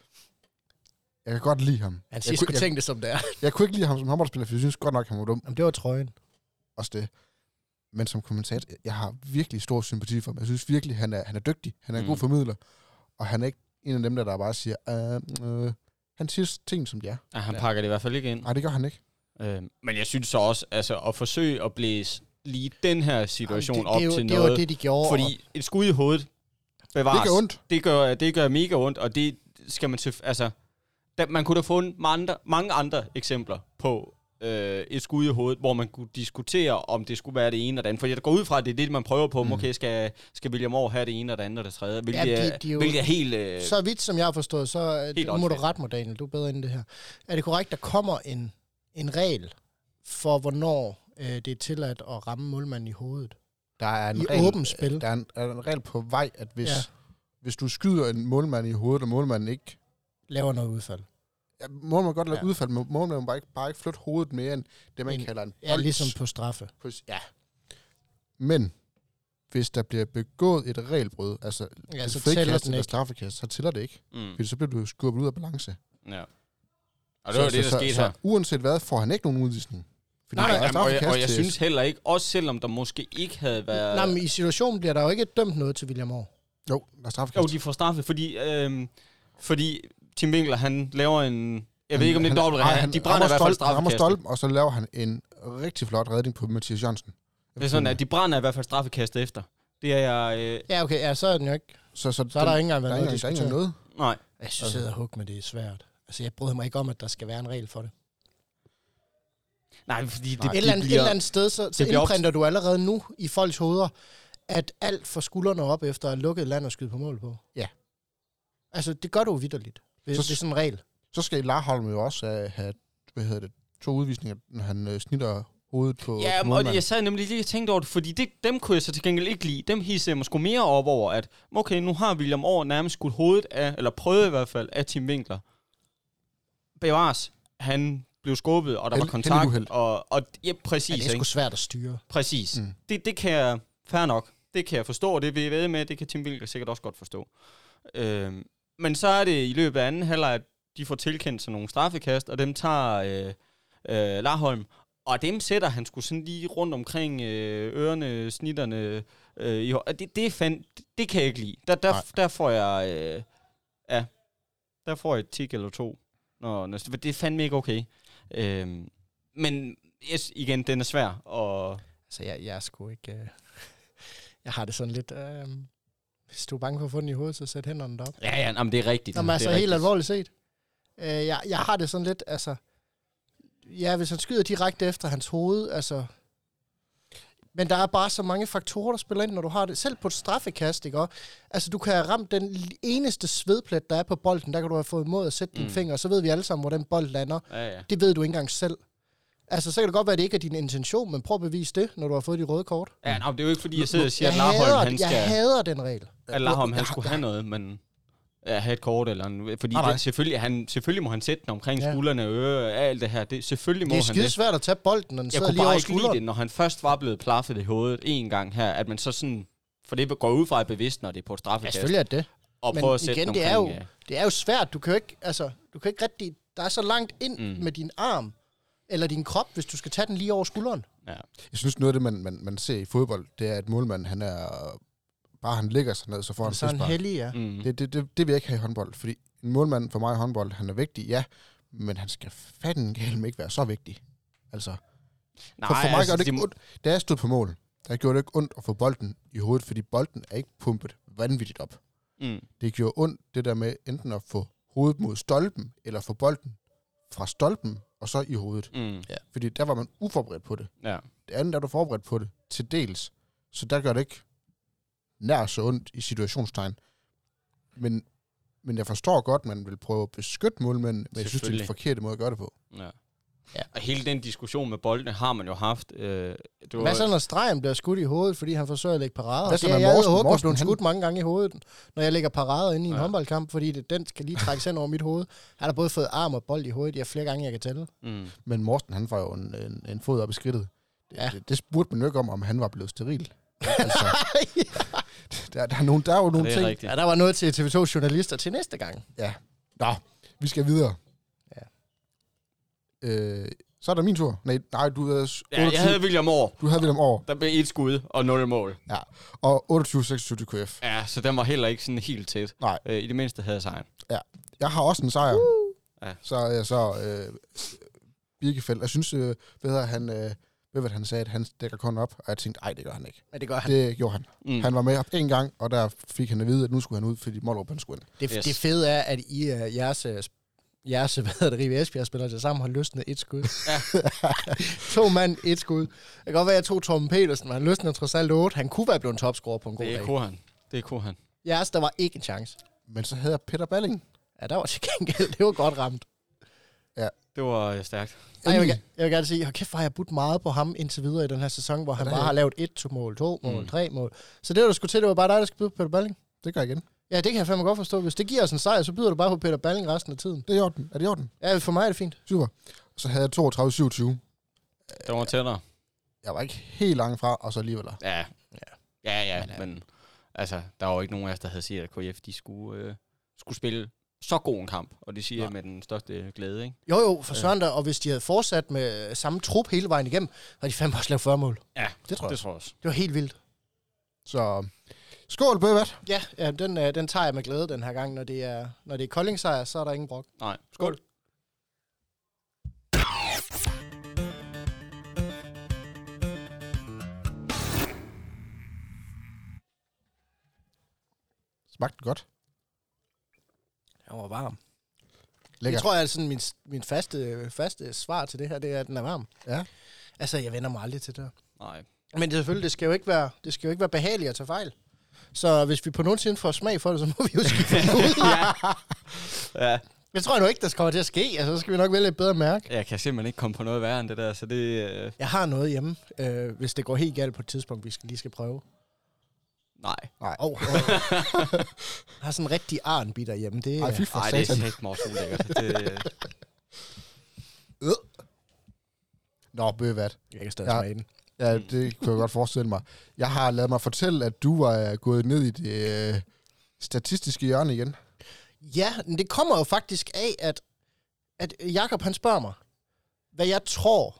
Jeg kan godt lide ham. Han siger sgu tingene, som det er. Jeg kunne ikke lide ham som håndboldspiller, for jeg synes godt nok, han var dum. Jamen, det var trøjen. Også det. Men som kommentator, jeg har virkelig stor sympati for ham. Jeg synes virkelig, han er dygtig. Han er en god formidler. Og han er ikke en af dem, der bare siger, han siger ting, som de er. Ja, han pakker det i hvert fald ikke ind. Nej, det gør han ikke. Men jeg synes så også, altså at forsøge at blæse lige den her situation Jamen, op til det noget. var det, de gjorde. Fordi et skud i hovedet bevares. Det gør ondt. Det gør mega ondt, og det skal man til... Altså, man kunne da få mange andre eksempler på et skud i hovedet, hvor man kunne diskutere, om det skulle være det ene og det andet. Fordi jeg går ud fra, at det er det, man prøver på. Okay, skal William Aar have det ene og det andet og det tredje? Hvilket er helt... så vidt, som jeg har forstået, så helt må du rette mig, Daniel. Du er bedre end det her. Er det korrekt, der kommer en regel for, hvornår det er tilladt at ramme målmanden i hovedet? Der er en I regel, åbent spil. Der er en regel på vej, at hvis du skyder en målmand i hovedet, og målmanden ikke... Laver noget udfald. Ja, målmanden godt lave udfald, men målmanden må bare ikke flytte hovedet mere end det, man kalder en bold. Ja, ligesom på straffe. Ja. Men hvis der bliver begået et regelbrud, altså et så frikast tæller den eller ikke. straffekast, så tæller det ikke. Fordi så bliver du skubbet ud af balance. Ja. Og det var det, der skete her. Så uanset hvad, får han ikke nogen udvisning. Fordi Nej, der er straffekast og jeg til- synes heller ikke, også selvom der måske ikke havde været... Nej, men i situationen bliver der jo ikke dømt noget til William Aar. Jo, der er straffekast. Jo, de får straffe, fordi Tim Winkler, han laver en... Jeg ved ikke, om det er dobbelt. De brænder i hvert fald Han rammer straffekastet. stolpen, og så laver han en rigtig flot redning på Mathias Jørgensen. Det er sådan, at de brænder i hvert fald straffekastet efter. Det er jeg... Ja, okay, ja, så er den jo ikke. Så er der ikke engang været noget at der er ikke diskutere. noget. Nej. Jeg synes, at hug med det er svært. Altså, jeg bryder mig ikke om, at der skal være en regel for det. Nej, fordi det Et eller andet sted, så bliver indprinter du allerede nu i folks hoveder, at alt får skuldrene op efter at lukket land og skyde på mål på. Ja. Altså, det gør du vitterligt. Det er sådan en regel. Så skal Larholm jo også have 2 udvisninger, når han snitter hovedet på Ja, på og målmanden. jeg sad nemlig lige og tænkte over det, fordi dem kunne jeg så til gengæld ikke lide. Dem hissede jeg mig sgu mere op over, at okay, nu har William Aar nærmest skudt hovedet af, eller prøvet i hvert fald, af Tim Winkler. Bevares, han blev skubbet, og der var kontakt, og ja, præcis. Ja, det er sgu svært at styre. Præcis. Det kan jeg, fair nok, det kan jeg forstå, og det vil jeg ved med, det kan Tim Winkler sikkert også godt forstå. Men så er det i løbet af anden halvleg, at de får tilkendt sig nogle straffekast, og dem tager Larholm. Og dem sætter han sgu sådan lige rundt omkring ørerne, snitterne. Det kan jeg ikke lide. Der får jeg... der får jeg et tik eller to. Det er fandme ikke okay. Men igen, den er svær. Og Altså, jeg er sgu ikke... jeg har det sådan lidt... hvis du er bange for at få den i hovedet, så sæt hænderne derop. ja, men det er rigtigt. Jamen, altså, det er helt rigtigt. alvorligt set. Jeg har det sådan lidt, altså... Ja, hvis han skyder direkte efter hans hoved, altså... Men der er bare så mange faktorer, der spiller ind, når du har det. Selv på et straffekast, ikke? Altså, du kan have ramt den eneste svedplet, der er på bolden. Der kan du have fået mod at sætte dine fingre, så ved vi alle sammen, hvor den bold lander. Ja. Det ved du ikke engang selv. Altså, så kan det godt være, at det ikke er din intention, men prøv at bevise det, når du har fået de røde kort. Ja, det er jo ikke, fordi jeg sidder og siger, at Laholm, han skal... Jeg hader den regel. At Laholm, han skulle have noget, men... Ja, have et kort eller en... Fordi selvfølgelig må han sætte den omkring skuldrene og alt det her. Selvfølgelig må han det. Det er skide svært at tage bolden, når den sidder lige over skulderen. Jeg kunne bare ikke lide det, når han først var blevet plaffet i hovedet en gang her, at man så sådan... For det går ud fra et bevidst, når det er på et straffekast. Ja, selvfølgelig er det. Og prøve at sætte igen, den omkring... det er jo svært. Du kan jo ikke rigtig... Der er så langt ind med din arm eller din krop, hvis du skal tage den lige over skulderen. Ja. Jeg synes, noget af det, man ser i fodbold, det er, at målmanden, han er... Bare han ligger sig ned, så får han så en heldig, ja. Det vil jeg ikke have i håndbold, fordi en målmand for mig i håndbold, han er vigtig, ja, men han skal fandme ikke være så vigtig. Altså, for mig gør det ikke ondt. Da jeg stod på mål, der gjorde det ikke ondt at få bolden i hovedet, fordi bolden er ikke pumpet vanvittigt op. Det gjorde ondt, det der med enten at få hovedet mod stolpen, eller få bolden fra stolpen, og så i hovedet. Ja. Fordi der var man uforberedt på det. Ja. Det andet er du forberedt på det, til dels. Så der gør det ikke nær så ondt i situationstegn. Men jeg forstår godt, at man vil prøve at beskytte målmænd, men jeg synes, det er den forkerte måde at gøre det på. Ja. Og hele den diskussion med boldene har man jo haft. Hvad så, når stregen bliver skudt i hovedet, fordi han forsøger at lægge parader? Hvad så, det er når jeg Morsen blevet skudt mange gange i hovedet, når jeg lægger parader inde i en håndboldkamp, fordi den skal lige trækkes hen over mit hoved. Han har både fået arm og bold i hovedet, jeg flere gange, jeg kan tælle. Men Morsen, han var jo en fod op i skridtet. Det spurgte man jo ikke om han var blevet steril. Altså, der er jo nogle ting. Rigtigt. Ja, der var noget til TV2-journalister til næste gang. Ja. Nå, vi skal videre. Ja. Så er der min tur. Nej, du havde... Jeg havde William Aar. Du havde William Aar. Der blev 1 skud og 0 mål. Ja, og 28-26 til KF. Ja, så den var heller ikke sådan helt tæt. Nej. I det mindste havde jeg sejren. Ja. Jeg har også en sejr. Ja. Så Birkefeldt. Jeg synes, hvad han sagde, at han dækker kun op, og jeg tænkte, ej, det gør han ikke. Men det gør han. Det gjorde han. Han var med op en gang, og der fik han at vide, at nu skulle han ud, fordi Mollerup han skulle ind. Det fede er, at I jeres Ribe Esbjerg-spillere til sammen har løsnet 1 skud. Ja. 2 mand, 1 skud. Det kan godt være, at jeg tog Torben Petersen, men han løsnede trods alt 8. Han kunne være blevet en topscorer på en god dag. Det kunne han. Jeres, der var ikke en chance. Men så havde jeg Peter Balling. Ja, der var til gengæld. Det var godt ramt. Ja. Det var stærkt. Jeg vil gerne sige, kæft, har jeg budt meget på ham indtil videre i den her sæson, hvor han bare har lavet 1 mål, 2 mål, 3 mål. Så det var der skulle til, det var bare dig, der skulle byde på Peter Balling. Det gør jeg igen. Ja, det kan jeg fandme godt forstå. Hvis det giver os en sejr, så byder du bare på Peter Balling resten af tiden. Det er i orden. Er det i orden? Ja, for mig er det fint. Super. Så havde jeg 32-27. Det var tættere. Jeg var ikke helt langt fra, og så alligevel. Ja, men altså, der var jo ikke nogen af os, der havde set, at KF de skulle spille så god en kamp, og det siger jeg med den største glæde, ikke? Jo, for søren der, og hvis de havde fortsat med samme trup hele vejen igennem, havde de fandme også lavet 40 mål. Ja, det tror jeg også. Det var helt vildt. Så skål, Bøvat. Ja, den tager jeg med glæde den her gang. Når det er Kolding-sejr, så er der ingen brok. Nej, skål. Smagte godt. Den var varm. Lækker. Jeg tror, at sådan min faste svar til det her, det er, at den er varm. Ja. Altså, jeg vender mig aldrig til det. Nej. Men det skal jo ikke være behageligt at tage fejl. Så hvis vi på nogen tid får smag for det, så må vi jo skifte det ud. Ja. Jeg tror nu ikke, der kommer til at ske. Altså, så skal vi nok vælge et bedre mærke. Jeg kan simpelthen ikke komme på noget værre end det der, så det... Jeg har noget hjemme, hvis det går helt galt på et tidspunkt, vi lige skal prøve. Nej. Jeg har sådan en rigtig arnbitter hjemme. Det er ikke meget ulækkert. Nå, Bøvat. Jeg kan stadig smage den. Ja, det kunne jeg godt forestille mig. Jeg har ladet mig fortælle, at du er gået ned i det statistiske hjørne igen. Ja, men det kommer jo faktisk af, at Jakob han spørger mig, hvad jeg tror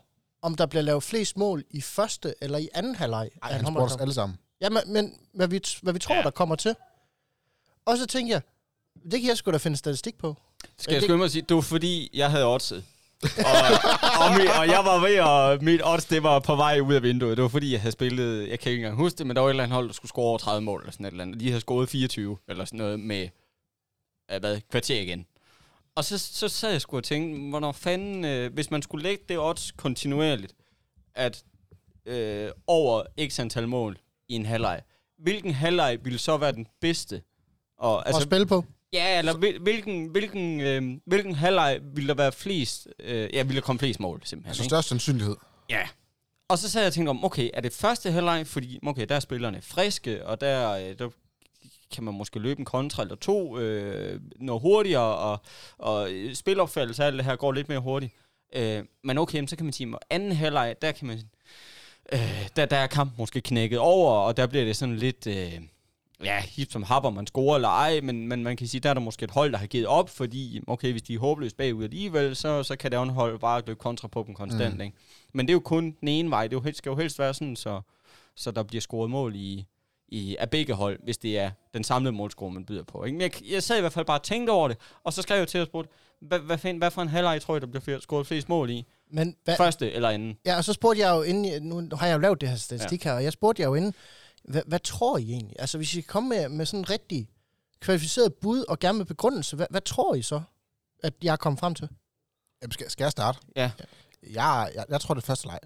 om der bliver lavet flest mål i første eller i anden halvleg. Ej, han spurgte os alle sammen. Ja, men hvad vi tror, der kommer til. Og så tænker jeg, det kan jeg sgu da finde statistik på. Skal jeg skynde mig at sige, det var fordi, jeg havde oddset. og jeg var ved, og mit odds, det var på vej ud af vinduet. Det var fordi, jeg havde spillet, jeg kan ikke engang huske det, men der var et eller andet hold, der skulle score over 30 mål, eller sådan et eller andet. De havde scoret 24, eller sådan noget, med kvarter igen. Og så sad jeg sgu og tænkte, hvornår fanden, hvis man skulle lægge det odds kontinuerligt, at over x antal mål i en halvleg, hvilken halvleg ville så være den bedste? Og, altså, at spille på? Ja, eller hvilken halvleg ville der være flest, ville der komme flest mål, simpelthen. Altså størst sandsynlighed. Ja. Og så sad jeg og tænkte om, okay, er det første halvleg, fordi, okay, der er spillerne friske, og der kan man måske løbe en kontra eller to, noget hurtigere, og spilopfattelse af alt det her går lidt mere hurtigt. Men okay, så kan man sige, at anden halvleg, der kan man, der er kampen måske knækket over, og der bliver det sådan lidt, hip som happer, man scorer eller ej, men man kan sige, der er der måske et hold, der har givet op, fordi, okay, hvis de er håbløst bagud alligevel, så kan det andet hold bare løbe kontra på dem konstant, ikke? Men det er jo kun den ene vej, det skal jo helst være sådan, så der bliver scoret mål af begge hold, hvis det er den samlede målscore, man byder på, ikke? Men jeg sad i hvert fald bare og tænkte over det, og så skrev jeg til at spurgte, hvad for en halvleg tror jeg, der bliver scoret flest mål i? Men første eller anden? Ja, og så spurgte jeg jo inden, nu har jeg jo lavet det her statistik her, og jeg spurgte jeg jo inden, hvad tror I egentlig? Altså, hvis I kommer med sådan en rigtig kvalificeret bud og gerne med begrundelse, hvad tror I så, at jeg er kommet frem til? Jamen, skal jeg starte? Ja. Jeg tror, det er første leg.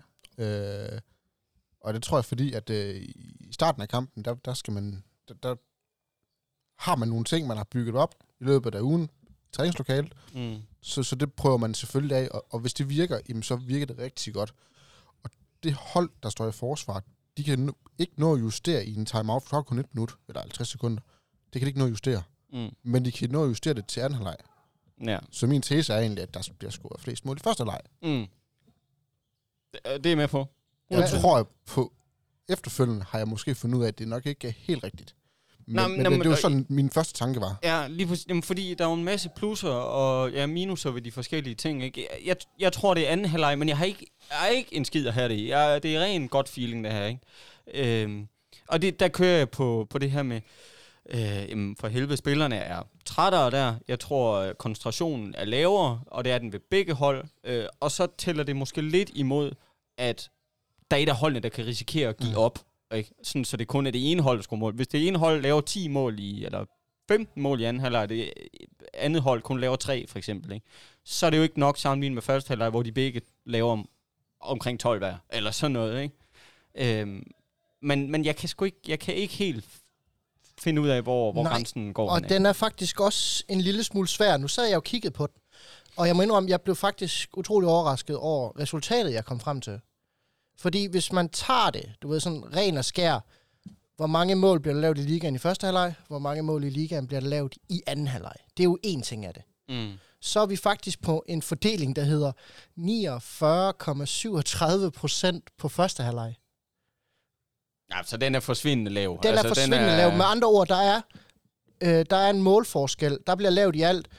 Og det tror jeg, fordi at i starten af kampen, der skal man... Der har man nogle ting, man har bygget op i løbet af ugen, træningslokalet. Så det prøver man selvfølgelig af, og hvis det virker, jamen, så virker det rigtig godt. Og det hold, der står i forsvar, de kan ikke nå at justere i en timeout, for kun 1 minut, eller 50 sekunder. Det kan de ikke nå at justere. Men de kan nå at justere det til anden halvleg. Ja. Så min tese er egentlig, at der bliver scoret flest mål i første halvleg. Det er med på. Jeg tror på, efterfølgende har jeg måske fundet ud af, at det nok ikke er helt rigtigt. Men det var sådan, min første tanke var. Ja, lige præcis, fordi der er en masse plusser og minuser ved de forskellige ting, ikke? Jeg tror, det er anden halvleg, men jeg har ikke en skid at have det i. Det er ren godt feeling, det her, ikke? Og der kører jeg på det her med, for helvede, spillerne er trættere der. Jeg tror, koncentrationen er lavere, og det er den ved begge hold. Og så tæller det måske lidt imod, at der er et af holdene, der kan risikere at give op. Ikke? Sådan, så det kun er det ene hold, der scorer mål. Hvis det ene hold laver 10 mål eller 15 mål i anden halvleg, det andet hold kun laver 3, for eksempel, ikke? Så er det jo ikke nok sammenlignet med første halvleg, hvor de begge laver omkring 12 hver, eller sådan noget, ikke? Men jeg kan ikke helt finde ud af, hvor grænsen går. Og den er faktisk også en lille smule svær. Nu sad jeg og kiggede på den, og jeg må indrømme, jeg blev faktisk utrolig overrasket over resultatet, jeg kom frem til. Fordi hvis man tager det, du ved, sådan ren og skær, hvor mange mål bliver der lavet i ligaen i første halvleg, hvor mange mål i ligaen bliver der lavet i anden halvleg. Det er jo én ting af det. Så er vi faktisk på en fordeling, der hedder 49,37% på første halvleg. Ja, så den er forsvindende lav. Den er forsvindende lav. Med andre ord, der er en målforskel. Der bliver lavet i alt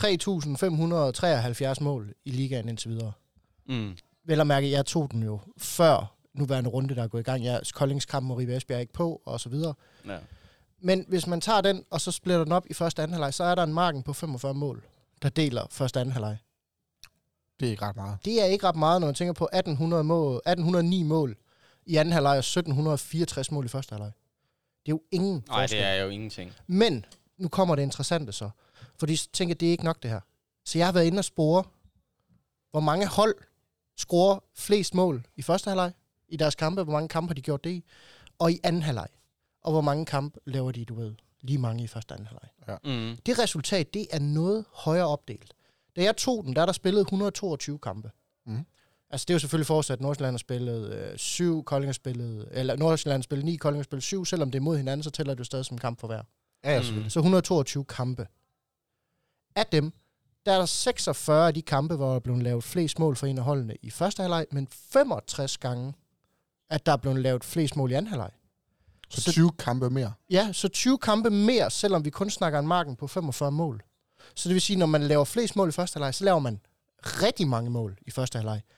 3.573 mål i ligaen indtil videre. Vel at mærke, jeg tog den jo før nuværende runde, der er gået i gang. Koldingskampen mod Ribe Esbjerg ikke på, og så videre. Ja. Men hvis man tager den, og så splitter den op i første og anden halvleg, så er der en marken på 45 mål, der deler første og anden halvleg. Det er ikke ret meget. Det er ikke ret meget, når man tænker på 1809 mål i anden halvleg, og 1764 mål i første halvleg. Det er jo ingen forskel. Nej, det er jo ingenting. Men nu kommer det interessante så. Fordi jeg tænker, det er ikke nok det her. Så jeg har været inde og spore, hvor mange hold scorer flest mål i første halvleg i deres kampe, hvor mange kampe har de gjort det i, og i anden halvleg. Og hvor mange kampe laver de, du ved, lige mange i første og anden halvleg. Ja. Det resultat, det er noget højere opdelt. Da jeg tog den, der er der spillet 122 kampe. Altså det er jo selvfølgelig forudsat, at Nordsjælland har spillet 7, Kolding har spillet, eller Nordsjælland har spillet 9, Kolding har spillet 7, selvom det er mod hinanden, så tæller det jo stadig som kamp for hver. Ja, selvfølgelig. Så 122 kampe. Af dem, der er der 46 af de kampe, hvor der er blevet lavet flest mål for en af holdene i første halvleg, men 65 gange, at der er blevet lavet flest mål i anden halvleg. Så 20 kampe mere? Ja, så 20 kampe mere, selvom vi kun snakker en marken på 45 mål. Så det vil sige, når man laver flest mål i første halvleg, så laver man rigtig mange mål i første halvleg.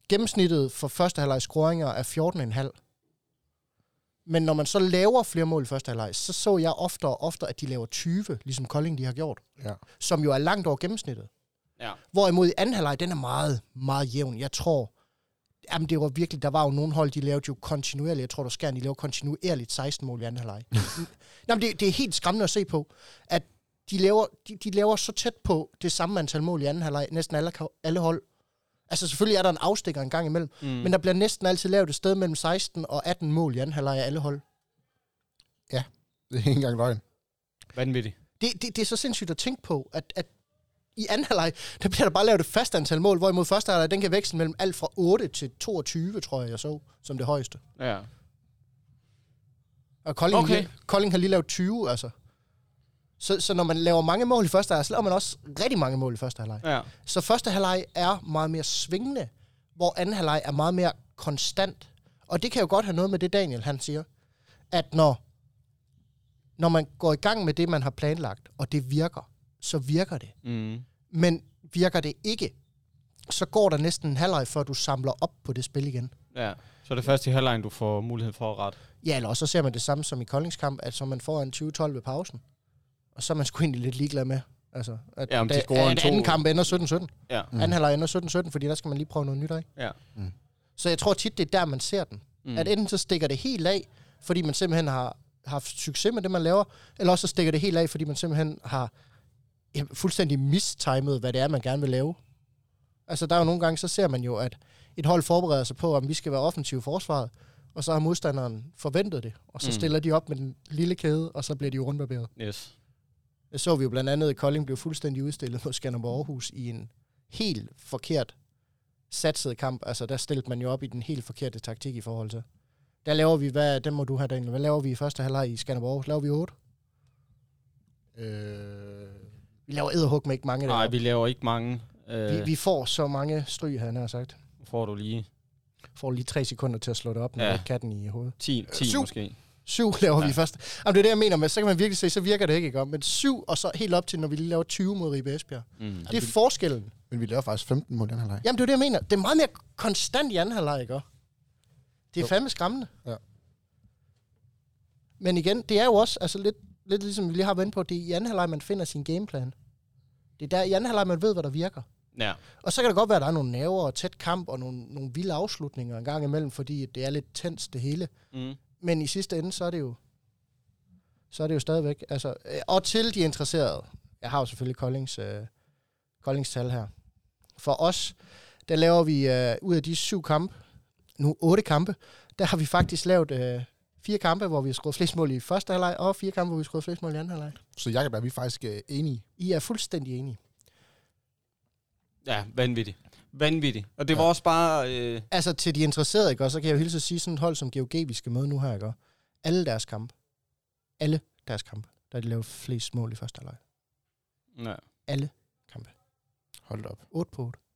gennemsnittet for første halvleg scoringer er 14,5. Men når man så laver flere mål i første halvleg, så jeg oftere og oftere, at de laver 20, ligesom Kolding de har gjort. Ja. Som jo er langt over gennemsnittet. Ja. Hvorimod i anden halvleg, den er meget, meget jævn. Jeg tror, jamen det var virkelig, der var jo nogle hold, de lavede jo kontinuerligt. Jeg tror, der Skjern, de laver kontinuerligt 16 mål i anden halvleg. Jamen det er helt skræmmende at se på, at de laver så tæt på det samme antal mål i anden halvleg, næsten alle hold. Altså selvfølgelig er der en afstikker en gang imellem, men der bliver næsten altid lavet et sted mellem 16 og 18 mål i anden halvleg af alle hold. Ja, det er ikke engang løgn. Vanvittigt. Det er så sindssygt at tænke på, at i anden halvleg, der bliver der bare lavet et fast antal mål, hvorimod første halvleg, den kan veksle mellem alt fra 8 til 22, tror jeg så, som det højeste. Ja. Og Kolding har lige lavet 20, altså. Så når man laver mange mål i første halvleg, så laver man også rigtig mange mål i første halvleg. Ja. Så første halvleg er meget mere svingende, hvor anden halvleg er meget mere konstant. Og det kan jo godt have noget med det, Daniel han siger, at når man går i gang med det, man har planlagt, og det virker, så virker det. Men virker det ikke, så går der næsten en halvleg, før du samler op på det spil igen. Ja, så er det først i halvlejen, du får mulighed for at rette. Ja, eller også så ser man det samme som i Koldings kamp, at så man får en 20-12 ved pausen. Og så er man sgu egentlig lidt ligeglad med. Altså, at ja, om de scorer en 2. anden kamp ender 17-17. Ja. Anden halvleg ender 17-17, fordi der skal man lige prøve noget nyt af. Ja. Så jeg tror tit, det er der, man ser den. At enten så stikker det helt af, fordi man simpelthen har haft succes med det, man laver, eller også så stikker det helt af, fordi man simpelthen har fuldstændig mistimet, hvad det er, man gerne vil lave. Altså, der er jo nogle gange, så ser man jo, at et hold forbereder sig på, om vi skal være offensiv forsvaret, og så har modstanderen forventet det, og så stiller de op med den lille kæde, og så bliver de jo rundbarberet. Yes. Det så vi jo blandt andet, at Kolding blev fuldstændig udstillet mod Skanderborg Aarhus i en helt forkert satset kamp. Altså, der stillede man jo op i den helt forkerte taktik i forhold til. Der laver vi, den må du have, Daniel. Hvad laver vi i første halvleg i Skanderborg Aarhus? Laver vi 8? Vi laver edderhug med ikke mange. Nej, vi laver ikke mange. Vi får så mange stryg, han har sagt. Får du lige 3 sekunder til at slå det op, når katten i hovedet. 10 måske. 7 laver vi først. Jamen, det er det, jeg mener med. Så kan man virkelig se, så virker det ikke. Men 7, og så helt op til, når vi lige laver 20 mod Ribe Esbjerg. Det er forskellen. Men vi laver faktisk 15 mod den halvleg. Jamen, det er det, jeg mener. Det er meget mere konstant i anden halvleg, ikke? Det er fandme skræmmende. Ja. Men igen, det er jo også altså lidt ligesom vi lige har været inde på, det er i anden halvleg, man finder sin gameplan. Det er der i anden halvleg, man ved, hvad der virker. Ja. Og så kan det godt være, at der er nogle nerver og tæt kamp og nogle vilde afslutninger en gang imellem, fordi det er lidt tens det hele. Men i sidste ende, så er det jo stadigvæk. Altså, og til de interesserede, jeg har jo selvfølgelig Koldings tal her. For os, der laver vi ud af de 7 kampe, nu 8 kampe, der har vi faktisk lavet 4 kampe, hvor vi har skruet flest mål i første halvleg, og 4 kampe, hvor vi har skruet flest mål i anden halvleg. Så Jakob, er vi faktisk enige? I er fuldstændig enige. Ja, vanvittigt. Og det var også bare... Altså til de interesserede, ikke? Og så kan jeg jo hilse at sige, sådan et hold som GOG, vi skal møde nu her, ikke? Alle deres kampe, der har de lavet flest mål i første halvleg. Nej. Alle kampe. Hold op. 8 på 8.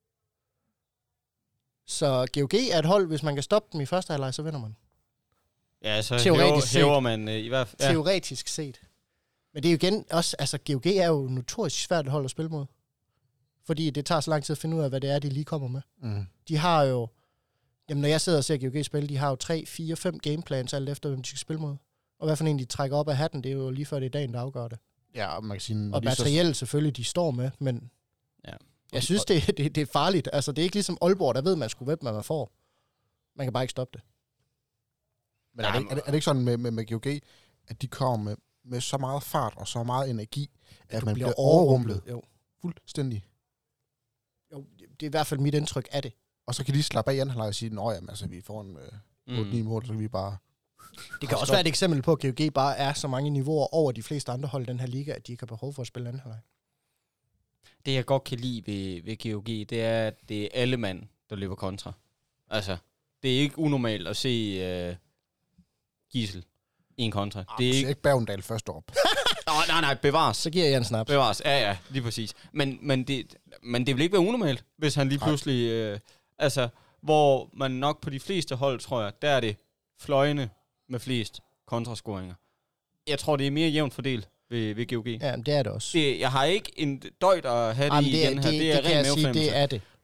Så GOG er et hold, hvis man kan stoppe dem i første halvleg, så vinder man. Ja, så teoretisk hæver man i hvert fald. Ja. Teoretisk set. Men det er jo igen også, altså GOG er jo notorisk svært at holde at spille mod. Fordi det tager så lang tid at finde ud af, hvad det er, de lige kommer med. De har jo, jamen når jeg sidder og ser GOG spille, de har jo 3, 4, 5 gameplans alt efter, hvem de skal spille mod. Og hvad for en de trækker op af hatten, det er jo lige før det er dagen, der afgør det. Ja, og man kan sige... Og materielle selvfølgelig, de står med, men jeg synes, det er farligt. Altså, det er ikke ligesom Aalborg, der ved, man skulle ved, hvad man får. Man kan bare ikke stoppe det. Men er det ikke sådan med GOG, at de kommer med så meget fart og så meget energi, at man bliver overrumplet? Jo. Fuldstændig. Jo, det er i hvert fald mit indtryk af det. Og så kan de slappe af i anden halvleg og sige, at altså, vi får en 8-9 mål, så kan vi bare... Det kan også være et eksempel på, at GOG bare er så mange niveauer over de fleste andre hold i den her liga, at de ikke har behov for at spille anden halvleg. Det, jeg godt kan lide ved GOG, det er, at det er alle mand, der løber kontra. Altså, det er ikke unormalt at se Gisel i en kontra. Det er ikke Bergendal først op. Nej, bevares. Så giver jeg en snaps. Bevares, ja, lige præcis. Men det vil ikke være unormalt, hvis han lige pludselig... hvor man nok på de fleste hold, tror jeg, der er det fløjene med flest kontrascoringer. Jeg tror, det er mere jævnt fordelt ved GOG. Ja, det er det også. Jeg har ikke en døjt at have det igen her. Det er kan jeg sige, det er det.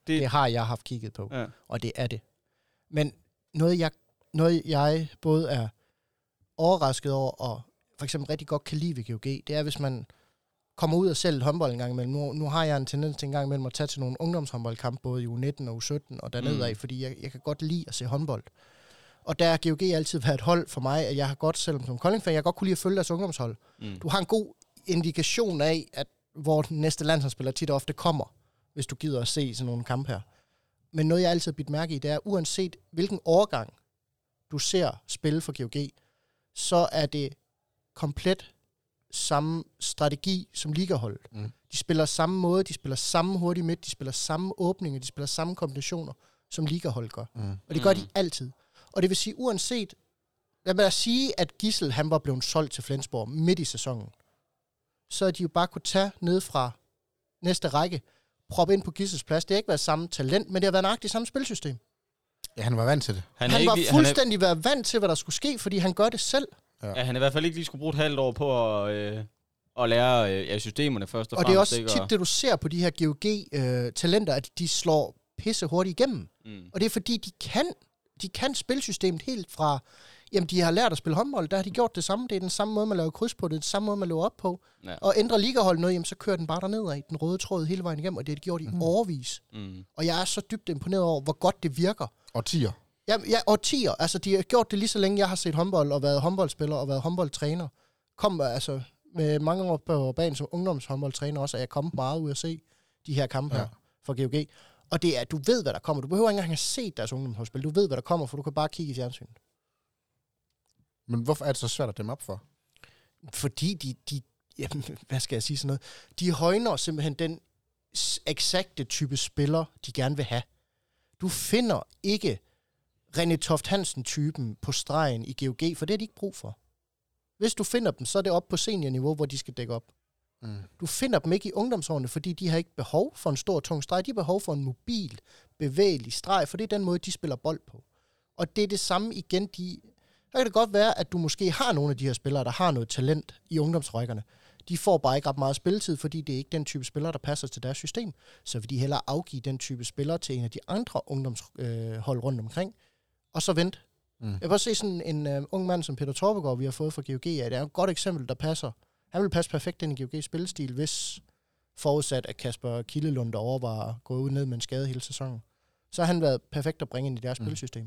Det har jeg haft kigget på, Ja. og det er det. Men noget jeg både er overrasket over, og for eksempel rigtig godt kan lide ved GOG, det er, hvis man kommer ud og sælger et håndbold en gang imellem. Nu har jeg en tendens til en gang imellem at tage til nogle ungdomshåndboldkampe, både i U19 og U17 og dernede af, fordi jeg kan godt lide at se håndbold. Og der har GOG altid været et hold for mig, at jeg har godt, selvom som Kolding-fan, jeg godt kunne lide at følge deres ungdomshold. Du har en god indikation af, at hvor den næste landsholdsspiller tit og ofte kommer, hvis du gider at se sådan nogle kampe her. Men noget, jeg altid har bidt mærke i, det er, uanset hvilken årgang du ser spille for GOG, så er det komplet samme strategi som ligaholdet. De spiller samme måde, de spiller samme hurtige midt, de spiller samme åbninger, de spiller samme kombinationer, som ligaholdet gør. Og det gør de altid. Og det vil sige, uanset, lad mig sige, at Gissel, han var blevet solgt til Flensborg midt i sæsonen, så er de jo bare kunne tage ned fra næste række, proppe ind på Gissels plads. Det har ikke været samme talent, men det har været nøjagtigt samme spilsystem. Ja, han var vant til det. Han var fuldstændig været vant til, hvad der skulle ske, fordi han gør det selv. Ja, han i hvert fald ikke lige skulle bruge et halvt år på at lære systemerne først og fremmest. Og det er også tit det, du ser på de her GOG-talenter, at de slår pisse hurtigt igennem. Og det er fordi, de kan spilsystemet helt fra... Jamen, de har lært at spille håndbold, der har de gjort det samme. Det er den samme måde, man laver kryds på, det er den samme måde, man løber op på. Ja. Og ændrer ligaholdet noget, jamen, så kører den bare derned af den røde tråd hele vejen igennem, og det har de gjort i årevis. Og jeg er så dybt imponeret over, hvor godt det virker. Årtier. Ja, årtier. Altså, de har gjort det lige så længe, jeg har set håndbold og været håndboldspiller og været håndboldtræner. Kom altså med mange år på banen som ungdomshåndboldtræner også, at jeg kom meget ud at se de her kampe her for GOG. Og det er, du ved, hvad der kommer. Du behøver ikke engang have set deres ungdomsholdspil. Du ved, hvad der kommer, for du kan bare kigge i fjernsynet. Men hvorfor er det så svært at dæmme op for? Fordi jamen, hvad skal jeg sige sådan noget? De højner simpelthen den eksakte type spiller, de gerne vil have. Du finder ikke René Toft Hansen-typen på stregen i GOG, for det har de ikke brug for. Hvis du finder dem, så er det op på seniorniveau, hvor de skal dække op. Du finder dem ikke i ungdomsårene, fordi de har ikke behov for en stor, tung streg. De har behov for en mobil, bevægelig streg, for det er den måde, de spiller bold på. Og det er det samme igen, der kan det godt være, at du måske har nogle af de her spillere, der har noget talent i ungdomsrækkerne. De får bare ikke ret meget spilletid, fordi det er ikke den type spillere, der passer til deres system. Så vil de hellere afgive den type spillere til en af de andre ungdomshold rundt omkring, og så vente. Jeg kan også se sådan en ung mand som Peter Torbegaard, vi har fået fra GOG. Ja, det er et godt eksempel, der passer. Han vil passe perfekt ind i GOG's spillestil, hvis forudsat, at Kasper Killelund derovre var gået ud ned med en skade hele sæsonen. Så har han været perfekt at bringe ind i deres spilsystem.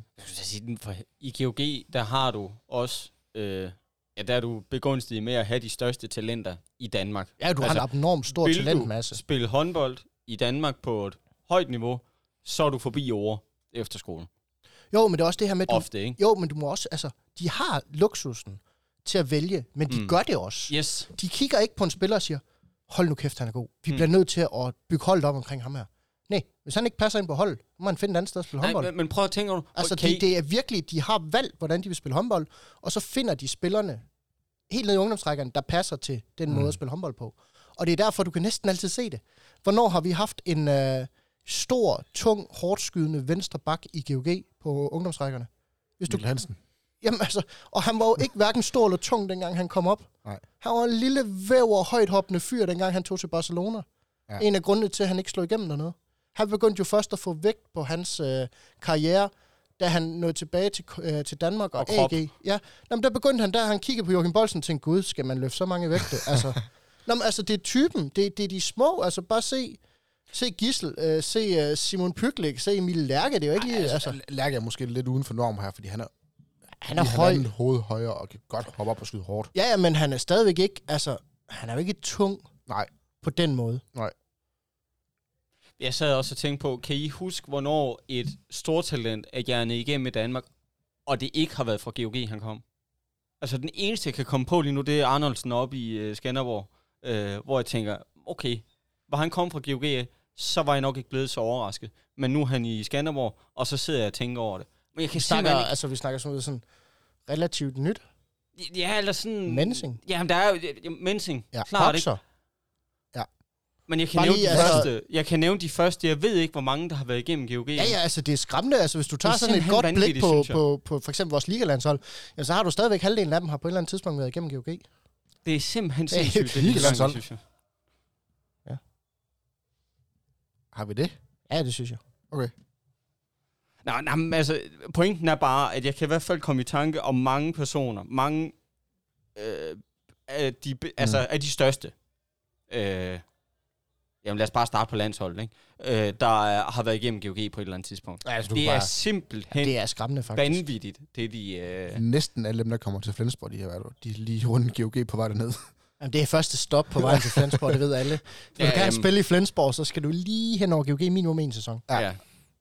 I GOG, der har du også... der er du begunstiget med at have de største talenter i Danmark. Ja, du har en abnormt stor talentmasse. Spil håndbold i Danmark på et højt niveau, så er du forbi over efterskolen. Jo, men det er også det her med... Ofte, ikke? Jo, men du må også... Altså, de har luksusen til at vælge, men de gør det også. Yes. De kigger ikke på en spiller og siger, hold nu kæft, han er god. Vi bliver nødt til at bygge holdet op omkring ham her. Nej, hvis han ikke passer ind på hold, må han finde et andet sted at spille håndbold. Men prøv at tænke over... Altså, det er virkelig... De har valgt, hvordan de vil spille håndbold, og så finder de spillerne helt ned i ungdomsrækkerne, der passer til den måde at spille håndbold på. Og det er derfor, du kan næsten altid se det. Hvornår har vi haft en stor, tung, hårdt skydende venstre bak i GOG på ungdomsrækkerne? Mikkel Hansen. Jamen altså, og han var jo ikke hverken stor eller tung, dengang han kom op. Nej. Han var en lille væver, højthoppende fyr, dengang han tog til Barcelona. Ja. En af grundene til, at han ikke slog igennem dernede. Han begyndte jo først at få vægt på hans karriere, da han nåede tilbage til Danmark og AG. Ja, jamen, der begyndte han, han kiggede på Joachim Bolsen og tænkte, gud, skal man løfte så mange vægte? Altså, det er typen, det er de små, altså bare se Gissel, se Simon Pyglik, se Emil Lærke, det er jo ikke lige... Altså. Lærke er måske lidt uden for norm her, fordi han er høj. Han er hoved højere og kan godt hoppe op og skyde hårdt. Ja, men han er stadigvæk ikke, altså, han er jo ikke tung. Nej. På den måde. Nej. Jeg sad også og tænkte på, kan I huske, hvornår et stortalent er hjernet igennem i Danmark, og det ikke har været fra GOG, han kom? Altså, den eneste, jeg kan komme på lige nu, det er Arnoldsen oppe i Skanderborg, hvor jeg tænker, okay, hvor han kom fra GOG, så var jeg nok ikke blevet så overrasket. Men nu er han i Skanderborg, og så sidder jeg og tænker over det. Men jeg kan vi snakker sådan relativt nyt. Ja, eller sådan... Mensing. Jamen, der er jo... Mensing, ja, klart ikke? Ja. Men jeg kan nævne de første. Jeg ved ikke, hvor mange, der har været igennem GOG. Ja, altså, det er skræmmende. Altså, hvis du tager sådan et godt blik på for eksempel vores ligalandshold, ja, så har du stadigvæk halvdelen af dem har på et eller andet tidspunkt været igennem GOG. Det er simpelthen sindssygt. Ligalandshold. Ja. Har vi det? Ja, det synes jeg. Okay. Nej, men altså, pointen er bare, at jeg kan i hvert fald komme i tanke om mange personer, mange af de største. Jamen lad os bare starte på landsholdet, ikke? Der har været igennem GOG på et eller andet tidspunkt. Ja, altså, det er simpelthen det er skræmmende, faktisk. vanvittigt, det de... Næsten alle dem, der kommer til Flensborg, de er lige rundt GOG på vej derned. Jamen, det er første stop på vejen til Flensborg, det ved alle. Hvis du kan spille i Flensborg, så skal du lige hen over GOG minimum en sæson. Ja.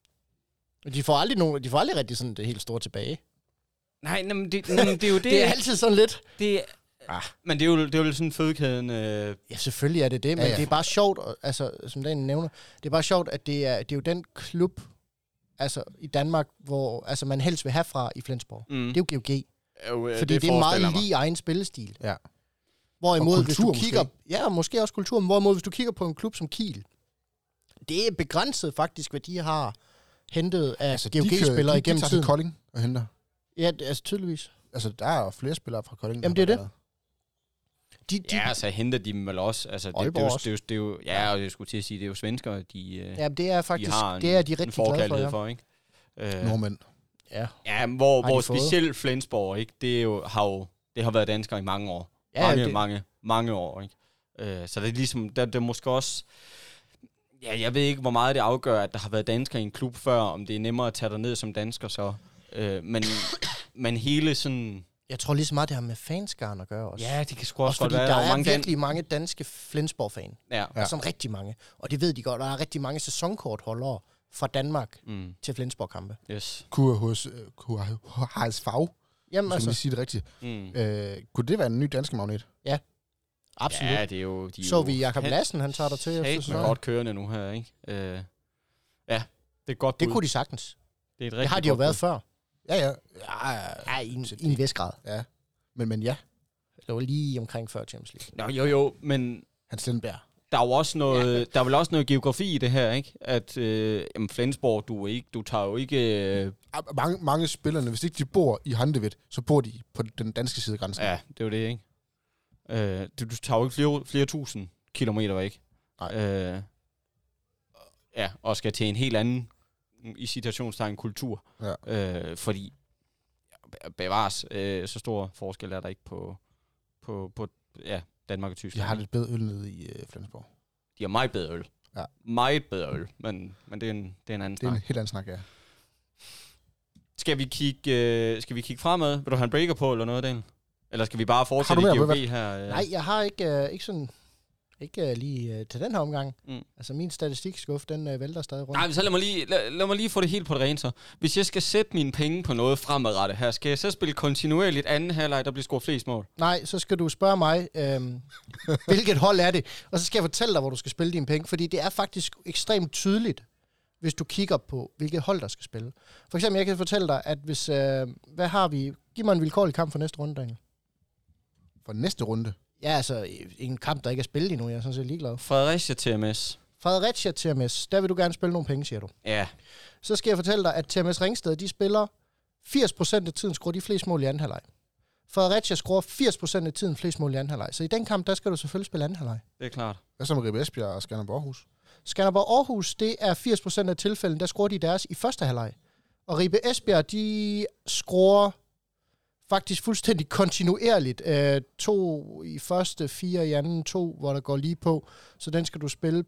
De får aldrig rigtig sådan det helt store tilbage. Nej, men det er jo det. Det er altid sådan lidt. Men det er jo sådan fødekæden... Ja, selvfølgelig er det, men det er bare sjovt, altså, som Daniel nævner, det er bare sjovt, at det er jo den klub, altså i Danmark, hvor altså, man helst vil have fra i Flensborg. Det er jo GOG. Fordi det er meget lige egen spillestil. Ja. Hvorimod, hvis du kigger... Måske. Ja, måske også kulturen. Hvorimod, hvis du kigger på en klub som Kiel, det er begrænset faktisk, hvad de har hentet af altså, GOG-spillere igennem tiden. De tager til Kolding og henter. Ja, altså tydeligvis. Altså, der er jo flere spillere fra Kolding. Jamen, det er det. Altså henter de dem vel også. Altså, det er jo, ja, og jeg skulle til at sige, det er jo svenskere, ja, det er faktisk, det er de rigtig glade for, ikke? Nordmænd. Ja, hvor specielt Flensborg, ikke? Det har været danskere i mange år. Ja, mange år, ikke? Så det er ligesom, det er måske også... Ja, jeg ved ikke, hvor meget det afgør, at der har været danskere i en klub før, om det er nemmere at tage dig ned som dansker så. Men hele sådan... Jeg tror lige så meget, det har med fanskaren at gøre også. Ja, det kan sgu også godt være. Der er virkelig mange danske Flensborg-fan. Ja. Som rigtig mange. Og det ved de godt. Der er rigtig mange sæsonkortholdere fra Danmark til Flensborg-kampe. Yes. HSV. Jamen altså. Som sige det rigtigt. Kunne det være en ny dansk magnet? Ja. Absolut. Ja, det er jo... Så vi Jakob Lassen, han tager der til efter sæsonen. Det er godt kørende nu her, ikke? Ja, det er godt bud. Det kunne de sagtens. Det har de jo været før. Ja, i en vis grad. Ja. Men ja. Det var lige omkring før Champions League. Jo, men... Hans Lindberg. Der er jo også noget, der er vel også noget geografi i det her, ikke? At Flensborg, du tager jo ikke... Mange spillerne, hvis ikke de bor i Handewitt, så bor de på den danske side af grænsen. Ja, det er jo det, ikke? Du tager jo ikke flere tusind kilometer væk. Nej. Og skal til en helt anden, i citationstegn, kultur. Ja. Fordi bevares, så stor forskel er der ikke på Danmark og Tyskland. Jeg har lidt bedre øl nede i Flensborg. De har meget bedre øl. Ja. Meget bedre øl, men det er en anden snak. Det er en helt anden snak, ja. Skal vi kigge fremad? Vil du have en breaker på, eller noget, Daniel? Eller skal vi bare fortsætte i GOG her? Nej, jeg har ikke sådan... Ikke lige til den her omgang. Altså min statistikskuffe, den vælter stadig rundt. Nej, men så lad mig lige få det helt på det rene så. Hvis jeg skal sætte mine penge på noget fremadrettet her, skal jeg så spille kontinuerligt anden halvleg, der bliver scoret flest mål? Nej, så skal du spørge mig, hvilket hold er det? Og så skal jeg fortælle dig, hvor du skal spille dine penge, fordi det er faktisk ekstremt tydeligt, hvis du kigger på, hvilket hold der skal spille. For eksempel, jeg kan fortælle dig, at hvis... hvad har vi? Giv mig en vilkårlig kamp for næste runde, Daniel. For næste runde? Ja, altså en kamp, der ikke er spillet endnu. Jeg er sådan set ligeglad. Fredericia TMS. Fredericia TMS. Der vil du gerne spille nogle penge, siger du. Ja. Så skal jeg fortælle dig, at TMS Ringsted, de spiller 80% af tiden, scorer de flest mål i anden halvleg. Fredericia scorer 80% af tiden flest mål i anden halvleg. Så i den kamp, der skal du selvfølgelig spille anden halvleg. Det er klart. Hvad så med Ribe Esbjerg og Skanderborg Aarhus? Skanderborg Aarhus, det er 80% af tilfælden, der scorer de deres i første halvleg. Og Ribe Esbjerg, de scorer faktisk fuldstændig kontinuerligt. 2 i første, 4 i anden, 2, hvor der går lige på. Så den skal du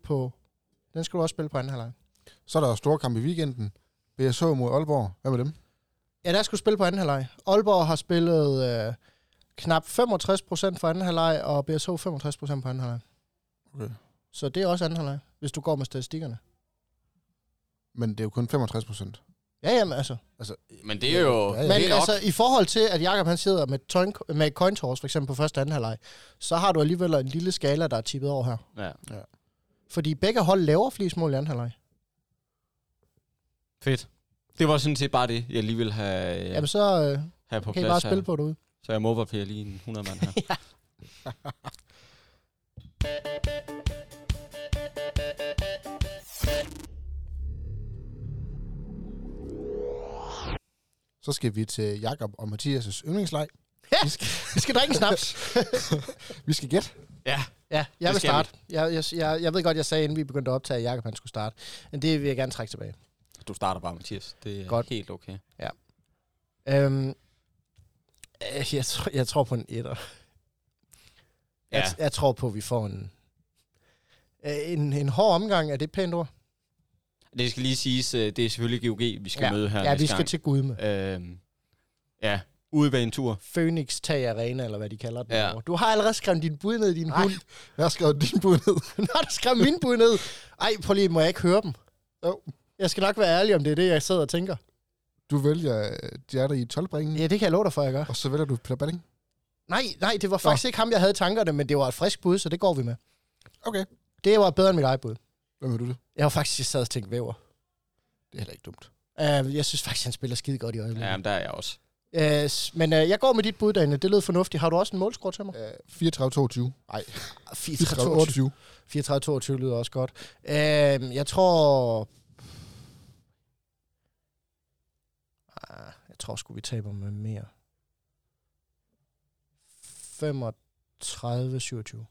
også spille på anden halvleg. Så er der store kamp i weekenden. BSH mod Aalborg. Hvad med dem? Ja, der skal du spille på anden halvleg. Aalborg har spillet knap 65% for anden halvleg, og BSH 65% på anden halvleg. Okay. Så det er også anden halvleg, hvis du går med statistikkerne. Men det er jo kun 65%. Ja, jamen altså. Men det er jo... Men altså, i forhold til, at Jakob han sidder med coin toss, for eksempel på første og anden halvleg, så har du alligevel en lille skala, der er tippet over her. Ja. Fordi begge hold laver flest mål i anden halvleg. Fedt. Det var sådan set bare det, jeg lige ville have, jamen så have på kan plads I bare spille her. på derude. Så jeg må være lige en 100 mand her. Ja. Så skal vi til Jakob og Mathias' yndlingsleg. Ja, vi skal drikke en snaps. Vi skal gætte. Ja. Ja, jeg Det vil skal starte. Jeg ved godt, jeg sagde, inden vi begyndte at optage, at Jakob han skulle starte. Men det vil jeg gerne trække tilbage. Du starter bare, Mathias. Det er Godt. helt okay. Ja. Jeg tror på en etter. Ja. Jeg tror på, at vi får en hård omgang. Er det et pænt ord? Det skal lige siges, det er selvfølgelig GOG, vi skal møde her Ja, vi næste skal gang. til Gudme. Ja, udbanetur. Phoenix Tag Arena, eller hvad de kalder den. Ja. Du har allerede skrevet din bud ned i din hund. Jeg har skrevet din bud ned. Nu har du skrevet min bud ned. Ej, prøv lige, må jeg ikke høre dem? Jo. Jeg skal nok være ærlig, om det er det, jeg sidder og tænker. Du vælger Djerter i 12-bringen, Ja, det kan jeg love dig for, jeg gør. og så vælger du Peter Balling. Nej, det var faktisk ikke ham, jeg havde i tankerne, men det var et frisk bud, så det går vi med. Okay. Det var bedre end mit eget bud. Hvem vil du det? Jeg var faktisk sad og tænkte Væver. Det er heller ikke dumt. Jeg synes faktisk, han spiller skide godt i øjeblikket. Ja, men der er jeg også. Men jeg går med dit bud, Daniel. Det lød fornuftigt. Har du også en målscore til mig? 34-22. Nej, 34-22. 34-22 lyder også godt. Jeg tror... Jeg tror sgu, vi taber med mere. 35-27.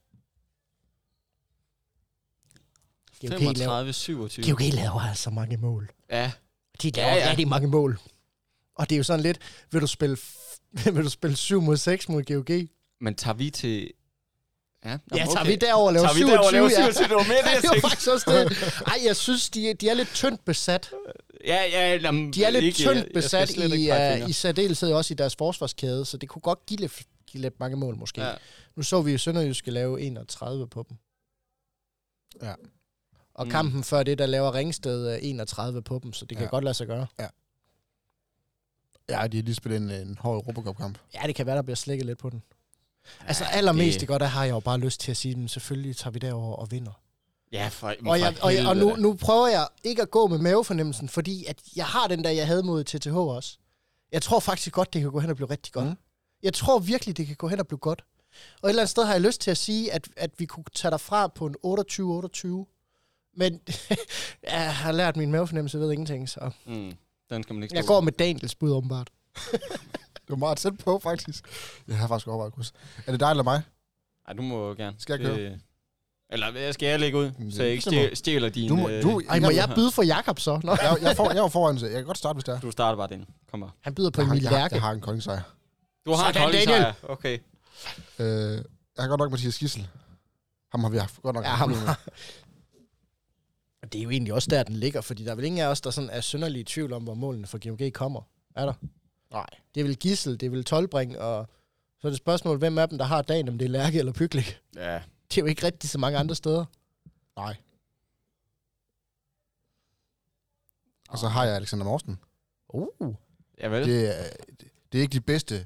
35-27. GOG laver altså mange mål. Ja. De laver rigtig mange mål. Og det er jo sådan lidt, vil du spille 7 mod 6 mod GOG? Men tager vi til... Ja, Tager vi derover og laver 27? Tager vi derover og laver 27? Det var mere det, jeg Det var tænkte. faktisk også det. Ej, jeg synes, de er lidt tyndt besat. Ja, jamen, De er lidt ikke, tyndt jeg besat skal slet ikke pege fingre. i særdeleshed også i deres forsvarskæde, så det kunne godt give lidt mange mål måske. Ja. Nu så vi jo Sønderjyske lave 31 på dem. Ja. Og kampen før det, der laver Ringsted 31 på dem, så det kan godt lade sig gøre. Ja, de har lige spillet en hård Europacup-kamp. Ja, det kan være, der bliver slækket lidt på den. Altså allermest det godt, der har jeg jo bare lyst til at sige, men selvfølgelig tager vi derover og vinder. Ja, Og nu prøver jeg ikke at gå med mavefornemmelsen, fordi at jeg har den der, jeg havde mod TTH også. Jeg tror faktisk godt, det kan gå hen og blive rigtig godt. Jeg tror virkelig, det kan gå hen og blive godt. Og et eller andet sted har jeg lyst til at sige, at vi kunne tage derfra på en 28-28. Men jeg har lært min mavefornemmelse, ved ingenting, så... Den skal man ikke Jeg går med Daniels bud, åbenbart. Det var meget tæt på, faktisk. Jeg har faktisk overvejet, Chris. Er det dig eller mig? Nej, du må gerne. Skal jeg køre? Eller skal jeg lægge ud, så jeg ikke stjæler din... Ej, må jeg byde for Jakob så? Nå. Jeg var foran, så jeg kan godt starte, hvis det er. Du starter bare den. Kom bare. Han byder på Emil Lærke. Jeg har en koldingssejr. Du har en Sådan, koldsejr. Okay. Jeg har godt nok Mathias Gissel. Ham har vi haft godt nok. Ja, ham har. Det er jo egentlig også der, den ligger, fordi der er vel ingen af os, der sådan er synderlig i tvivl om, hvor målene for GOG kommer. Er der? Nej. Det er vel Gissel, det er vel Tolbring, og så er det spørgsmål, hvem af dem, der har dagen, om det er Lærke eller Pyklik. Ja. Det er jo ikke rigtig så mange andre steder. Nej. Og så har jeg Alexander Morsten. Ja, vel? Det er ikke de bedste.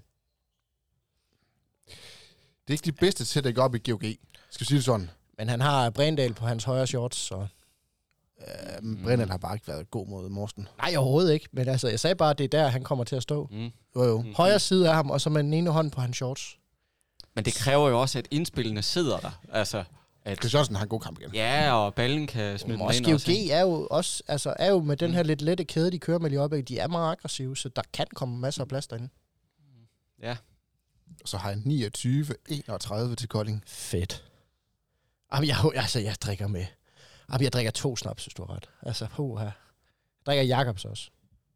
Det er ikke de bedste til at dække op i GOG. Skal vi sige det sådan? Men han har Brændal på hans højre shorts, så... Brændal har bare ikke været god mod Morsten. Nej, overhovedet ikke. Men altså, jeg sagde bare, at det er der, han kommer til at stå. Jo. Højre side af ham, og så med den ene hånd på hans shorts. Men det kræver jo også, at indspillene sidder der. Altså, at... Chris Jørgensen har en god kamp igen. Ja, og ballen kan smide den ind også. GOG er jo også, er jo med den her lidt lette kæde, de kører med lige op, de er meget aggressive, så der kan komme masser af plads derinde. Ja. Så har jeg 29-31 til Kolding. Fedt. Jamen, jeg drikker med. Jamen, jeg drikker 2 snaps, hvis du har ret. Altså, jeg drikker Jakobs også.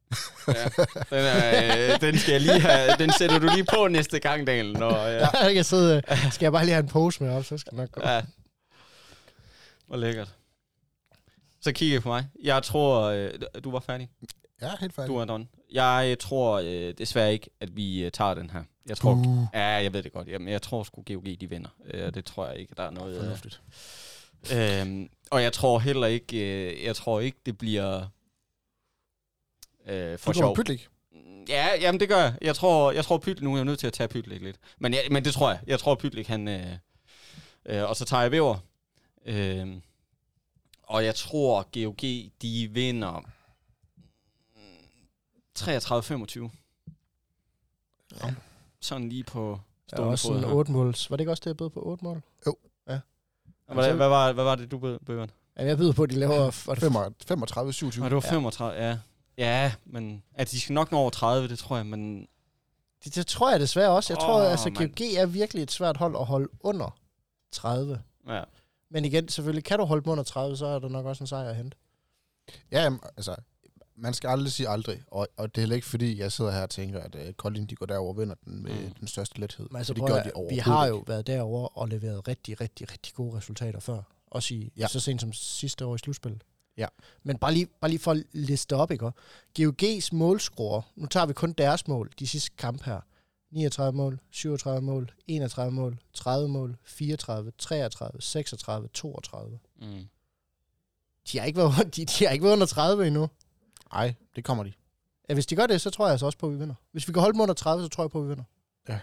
Ja, den skal jeg lige have. Den sætter du lige på næste gang, Daniel. Jeg kan sidde, skal jeg bare lige have en pose med op, så skal det nok gå. Ja. Hvor lækkert. Så kigger jeg på mig. Jeg tror, du var færdig. Ja, helt færdig. Du er done. Jeg tror desværre ikke, at vi tager den her. Jeg tror, jeg ved det godt. Jamen, jeg tror sgu GOG, de vinder. Det tror jeg ikke, der er noget fornuftigt. Og jeg tror heller ikke, det bliver for sjov. Pytlik? Ja, jamen det gør jeg. Jeg tror Pytlik, nu er jeg nødt til at tage Pytlik lidt. Men det tror jeg. Jeg tror Pytlik, han... og så tager jeg Væver. Og jeg tror, GOG, de vinder 33-25. Ja. Sådan lige på stående også sådan 8 måls. Var det ikke også det, jeg bød på 8 mål? Jo. Ja. Hvad var det, du bød? Ja, jeg byder på, at de laver... 35-27. Og det var 35, ja. Ja, men at de skal nok nå over 30, det tror jeg, men... Det tror jeg desværre også. Jeg tror, altså GOG er virkelig et svært hold at holde under 30. Ja. Men igen, selvfølgelig, kan du holde dem under 30, så er der nok også en sejr at hente. Ja, jamen, altså, man skal aldrig sige aldrig, og det er heller ikke fordi, jeg sidder her og tænker, at Kolding, de går derover og vinder den med den største lethed. Men altså, det gør de vi har jo været derovre og leveret rigtig, rigtig, rigtig gode resultater før. Også så sent som sidste år i slutspillet. Ja. Men bare lige for at liste op, ikke? GOG's målscorer, nu tager vi kun deres mål, de sidste kamp her. 39 mål, 37 mål, 31 mål, 30 mål, 34, 33, 36, 32. Mm. De har ikke været under 30 endnu. Nej, det kommer de. Ja, hvis de gør det, så tror jeg altså også på, at vi vinder. Hvis vi kan holde dem under 30, så tror jeg på, at vi vinder. Ja.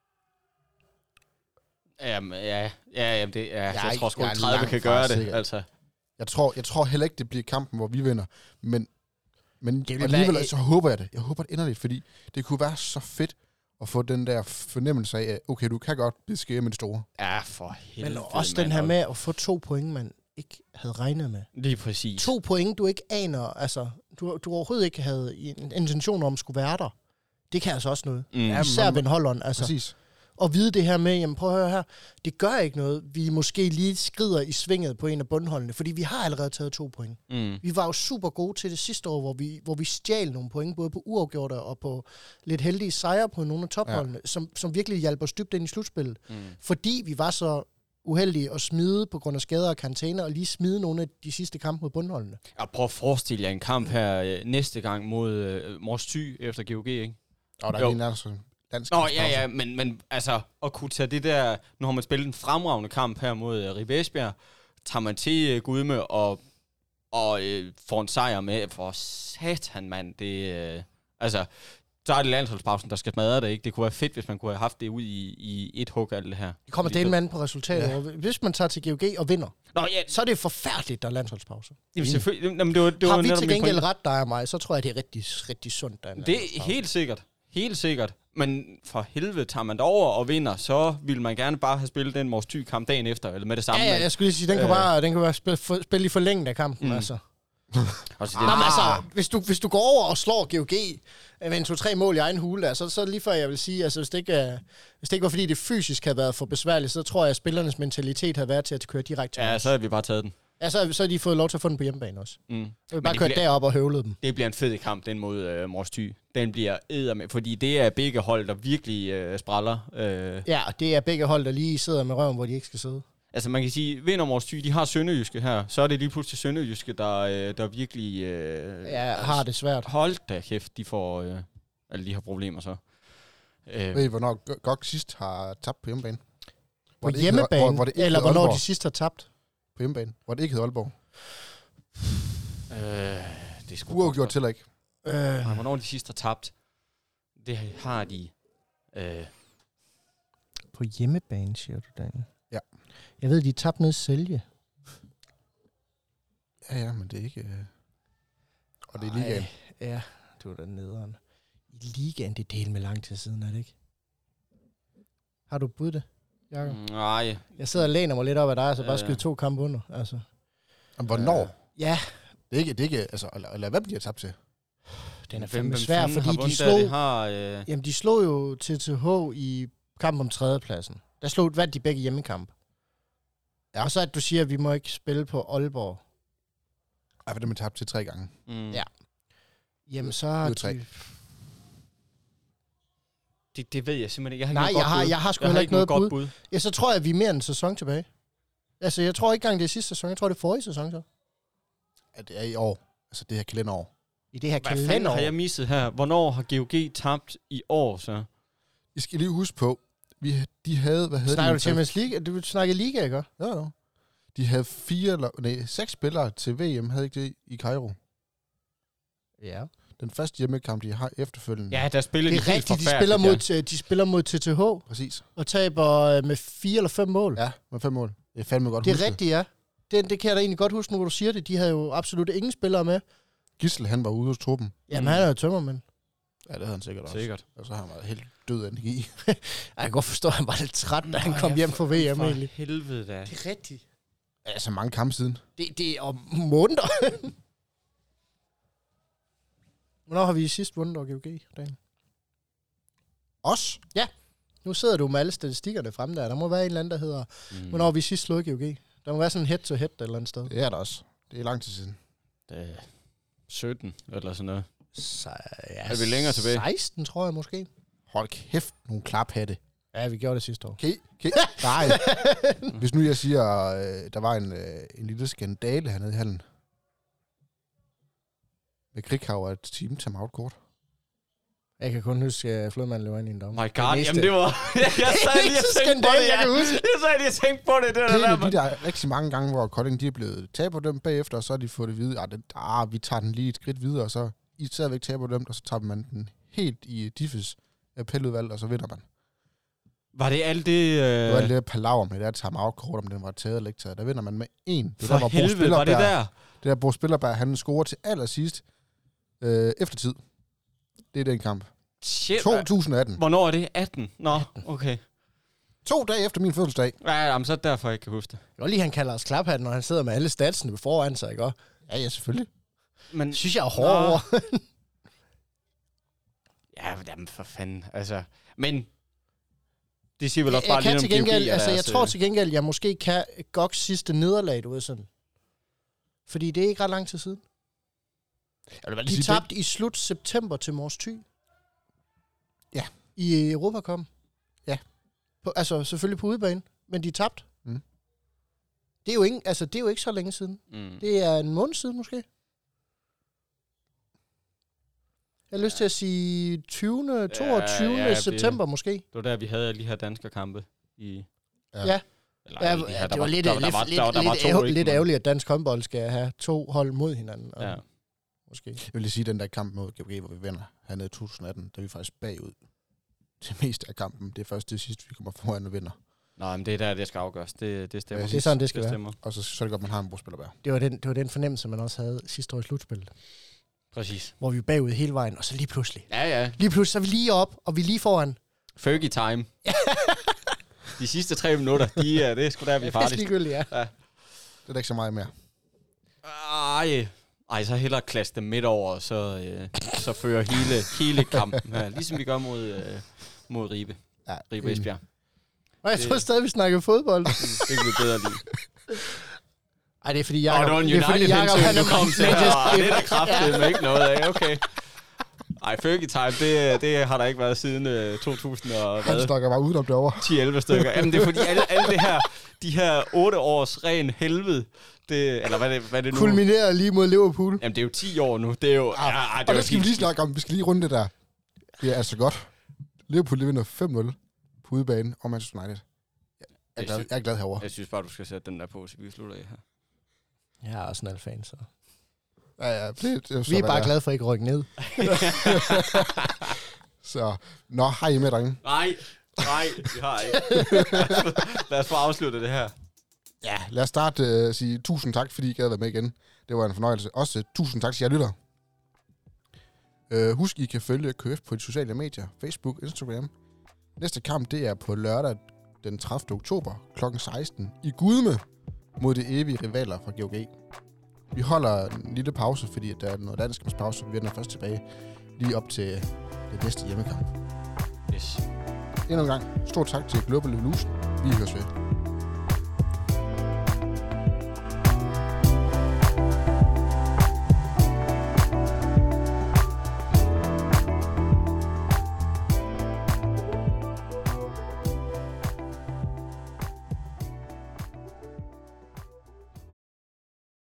Jamen, jeg tror sgu, at 30 kan gøre det. Altså. Jeg tror heller ikke, det bliver kampen, hvor vi vinder. Men alligevel så håber jeg det. Jeg håber det inderligt, fordi det kunne være så fedt at få den der fornemmelse af, at okay, du kan godt beskære med det store. Ja, for helvede. Men også den her med at få 2 point, man ikke havde regnet med. Lige præcis. 2 point, du ikke aner, altså, du overhovedet ikke havde en intention om, skulle være der. Det kan altså også noget. Især ved holderen, altså. Præcis. Og vide det her med, jamen prøv at høre her, det gør ikke noget. Vi måske lige skrider i svinget på en af bundholdene, fordi vi har allerede taget 2 point. Vi var jo super gode til det sidste år, hvor vi stjal nogle point, både på uafgjorte og på lidt heldige sejre på nogle af topholdene, som virkelig hjalp os dybt ind i slutspillet. Fordi vi var så uheldige at smide på grund af skader og karantæner, og lige smide nogle af de sidste kampe mod bundholdene. Jeg prøver at forestille jer en kamp her næste gang mod Mors Thy efter GOG, ikke? Og der er lige en dansk. Nå, ja, men altså, at kunne tage det der, nu har man spillet en fremragende kamp her mod Ribe Esbjerg, tager man til Gudme og får en sejr med, for satan, mand, det, altså, så er det landsholdspausen, der skal smadre det, ikke? Det kunne være fedt, hvis man kunne have haft det ud i et hug, alt det her. Det kommer del med på resultatet. Ja. Hvis man tager til GOG og vinder, så er det forfærdeligt, der er landsholdspause. Jamen, selvfølgelig. Jamen, det var har vi til gengæld ret, dig og mig, så tror jeg, det er rigtig, rigtig sundt. Det er helt sikkert. Helt sikkert. Men for helvede, tager man det over og vinder, så vil man gerne bare have spillet den Mors Thy-kamp dagen efter, eller med det samme. Ja, jeg skulle lige sige, den kan bare spille i forlængen af kampen, altså. Altså, hvis du går over og slår GOG med en 2-3 mål i egen hule, der, så lige før jeg vil sige, altså hvis det ikke var fordi det fysisk havde været for besværligt, så tror jeg, at spillernes mentalitet havde været til at køre direkte til så havde vi bare taget den. Ja, så har de fået lov til at få den på hjemmebane også. Jeg vil bare køre derop og høvlede dem. Det bliver en fed kamp, den mod Mors Thy. Den bliver eddermed, fordi det er begge hold, der virkelig spræller. Ja, det er begge hold, der lige sidder med røven, hvor de ikke skal sidde. Altså man kan sige, vinder Mors Thy, de har Sønderjyske her, så er det lige pludselig Sønderjyske, der virkelig har det svært. Hold da kæft, de får de har problemer så. Ved I, hvornår GOG sidst har tabt på hjemmebane? På hjemmebane? Hvor eller hvornår de sidst har tabt? På hjemmebane, hvor det ikke hed Aalborg. Det er uafgjort til ikke. Hvornår de sidst har tabt? Det har de... På hjemmebane, siger du, Daniel? Ja. Jeg ved, de er tabt ned i Sælge. Ja, men det er ikke... Og det er ligaen. Ja, det var da nederen. I ligaen, det er del med lang tid siden, er det ikke? Har du budt det, Jakob? Nej. Jeg sidder og læner mig lidt op af dig, så bare skyde 2 kampe under, altså. Jamen, hvornår? Ja. Det er ikke, altså, eller hvem de har tabt til? Den er fandme svær, fordi de slog jo TTH i kampen om 3. pladsen. Der vandt de begge hjemmekamp. Ja. Og så at du siger, at vi må ikke spille på Aalborg. Ja, for det er tabt til 3 gange. Ja. Jamen så har de... Det ved jeg simpelthen ikke. Jeg har sgu heller ikke noget bud. Ja, så tror jeg, at vi er mere end en sæson tilbage. Altså, jeg tror ikke engang, det er sidste sæson. Jeg tror, det er forrige sæson, så. Ja, det er i år. Altså, det her kalenderår. I det her kalenderår? Hvad fanden har jeg misset her? Hvornår har GOG tabt i år, så? I skal lige huske på, de havde... Hvad havde snakker du Champions League? Du snakker Liga, ikke? Ja. De havde 6 spillere til VM, havde ikke det i Cairo? Ja. Den første hjemmekamp, de har efterfølgende. Ja, der spiller de helt forfærdeligt. De spiller mod TTH. Præcis. Og taber med 4 eller 5 mål. Ja, med 5 mål. Det er fandme godt husket. Det er rigtigt, ja. Det kan jeg da egentlig godt huske, nu hvor du siger det. De havde jo absolut ingen spillere med. Gissel, han var ude hos truppen. Jamen, han er jo tømmermand. Ja, det havde han sikkert også. Sikkert. Og så har han været helt død energi. Jeg kan godt forstå, at han var lidt træt, da han kom hjem fra VM. For helvede da. Det er rigtigt. Ja, så mange kampe siden. Det er om måneder. Hvornår har vi sidst vundet over GOG, Dan? Os? Ja. Nu sidder du med alle statistikkerne frem der. Der må være en eller anden, der hedder, hvornår vi sidst slog GOG. Der må være sådan en head-to-head et eller andet sted. Det er der også. Det er lang tid siden. Det er 17 eller sådan noget. Er vi længere tilbage? 16, tror jeg måske. Hold kæft, nogle klaphatte. Ja, vi gjorde det sidste år. Okay. Nej. Hvis nu jeg siger, der var en lille skandale hernede i hallen. Med Krikhav og et team timeout-kort. Jeg kan kun huske, at Flodmand løber ind i en dom. My god, jamen det var... jeg sad lige og tænkte på det, Jeg sad lige og tænkte på det. Det er de der rigtig mange gange, hvor Kolding de er blevet taberdømt bagefter, og så har de fået det videre. Vi tager den lige et skridt videre, og så I stadigvæk taberdømt, og så tager man den helt i Diffes appeludvalg, og så vinder man. Var det alt det... Det var alt det palaver med det der timeout-kort, om den var taget eller ikke taget. Der vinder man med 1. For der, helvede, var det der? Det der Bo Spillerberg, han scorer til allersidst eftertid. Det er den kamp. Shit. 2018. Hvornår er det? 18? Nå, okay. 2 dage efter min fødselsdag. Ja, så er det derfor, jeg kan huske det. Jeg lige, han kalder os klaphat, når han sidder med alle statsene foran sig, ikke? Ja, selvfølgelig. Men synes jeg er hårdt over. Ja, jamen for fanden. Altså, men det siger vel også bare lidt om gengæld, altså, jeg tror til gengæld, jeg måske kan GOGs sidste nederlag, du ved sådan. Fordi det er ikke ret lang tid siden. De tabte i slut september til Mors Thy. Ja. I Europacup. Ja. Altså selvfølgelig på udebane, men de tabte. Det er jo ikke, det er jo ikke så længe siden. Det er en måned siden måske. Jeg har lyst til at sige 20. 22. september måske. Det var der, vi havde lige her danskerkampe i... Ja. Det var lidt ærgerligt, at dansk håndbold skal have 2 hold mod hinanden. Ja. Måske. Jeg vil lige sige, den der kamp mod GOG, hvor vi vinder hernede i 2018, der er vi faktisk bagud til mest af kampen. Det er først det sidste, vi kommer foran og vinder. Nej, men det er der, det skal afgøres. Det stemmer. Det er sådan, det skal være. Og så er det godt, man har en Bospillerberg. Det var den fornemmelse, man også havde sidste år i slutspillet. Præcis. Hvor vi er bagud hele vejen, og så lige pludselig. Ja. Lige pludselig, så er vi lige op, og vi er lige foran. Fergie time. De sidste 3 minutter, det er sgu der, vi er farligt. Det er Det er ikke så meget mere. Ej, så hellere klasse dem midt over, og så fører hele kampen her. Ligesom vi gør mod Ribe. Ja, Ribe Esbjerg. Og jeg tror stadig, vi snakker fodbold. Det kan vi bedre lide. Ej, det er fordi Jacob... det var en United-hensyn, du kom til. Det er kraftigt, men ikke noget af. Okay. Ej, Fergie time, det har der ikke været siden 2000 og... Han snakker bare udenom derovre. 10-11 stykker. Jamen, det er fordi alle det her, de her 8 års ren helvede, eller hvad er det nu? Kulminerer lige mod Liverpool. Jamen, det er jo 10 år nu. Det er jo... og det skal vi lige snakke om. Vi skal lige runde det der. Det er altså godt. Liverpool vinder 5-0 på udebane og Manchester United. Jeg er glad herovre. Jeg synes bare, du skal sætte den der på, så vi slutter af her. Jeg er også en fan, så... Ja, det vi er bare glade for ikke at rykke ned. Så, har I med, drenge? Nej, vi har ikke. Lad os få afsluttet det her. Ja, lad os starte sige tusind tak, fordi I gad være med igen. Det var en fornøjelse. Også tusind tak til jer lytter. Husk, I kan følge KF på de sociale medier. Facebook, Instagram. Næste kamp, det er på lørdag den 30. oktober kl. 16 i Gudme mod de evige rivaler fra GOG. Vi holder en lille pause, fordi der er noget landskampspause, vi vender først tilbage lige op til det næste hjemmekamp. Yes. Endnu en gang, stort tak til Global Evolution. Vi høres ved.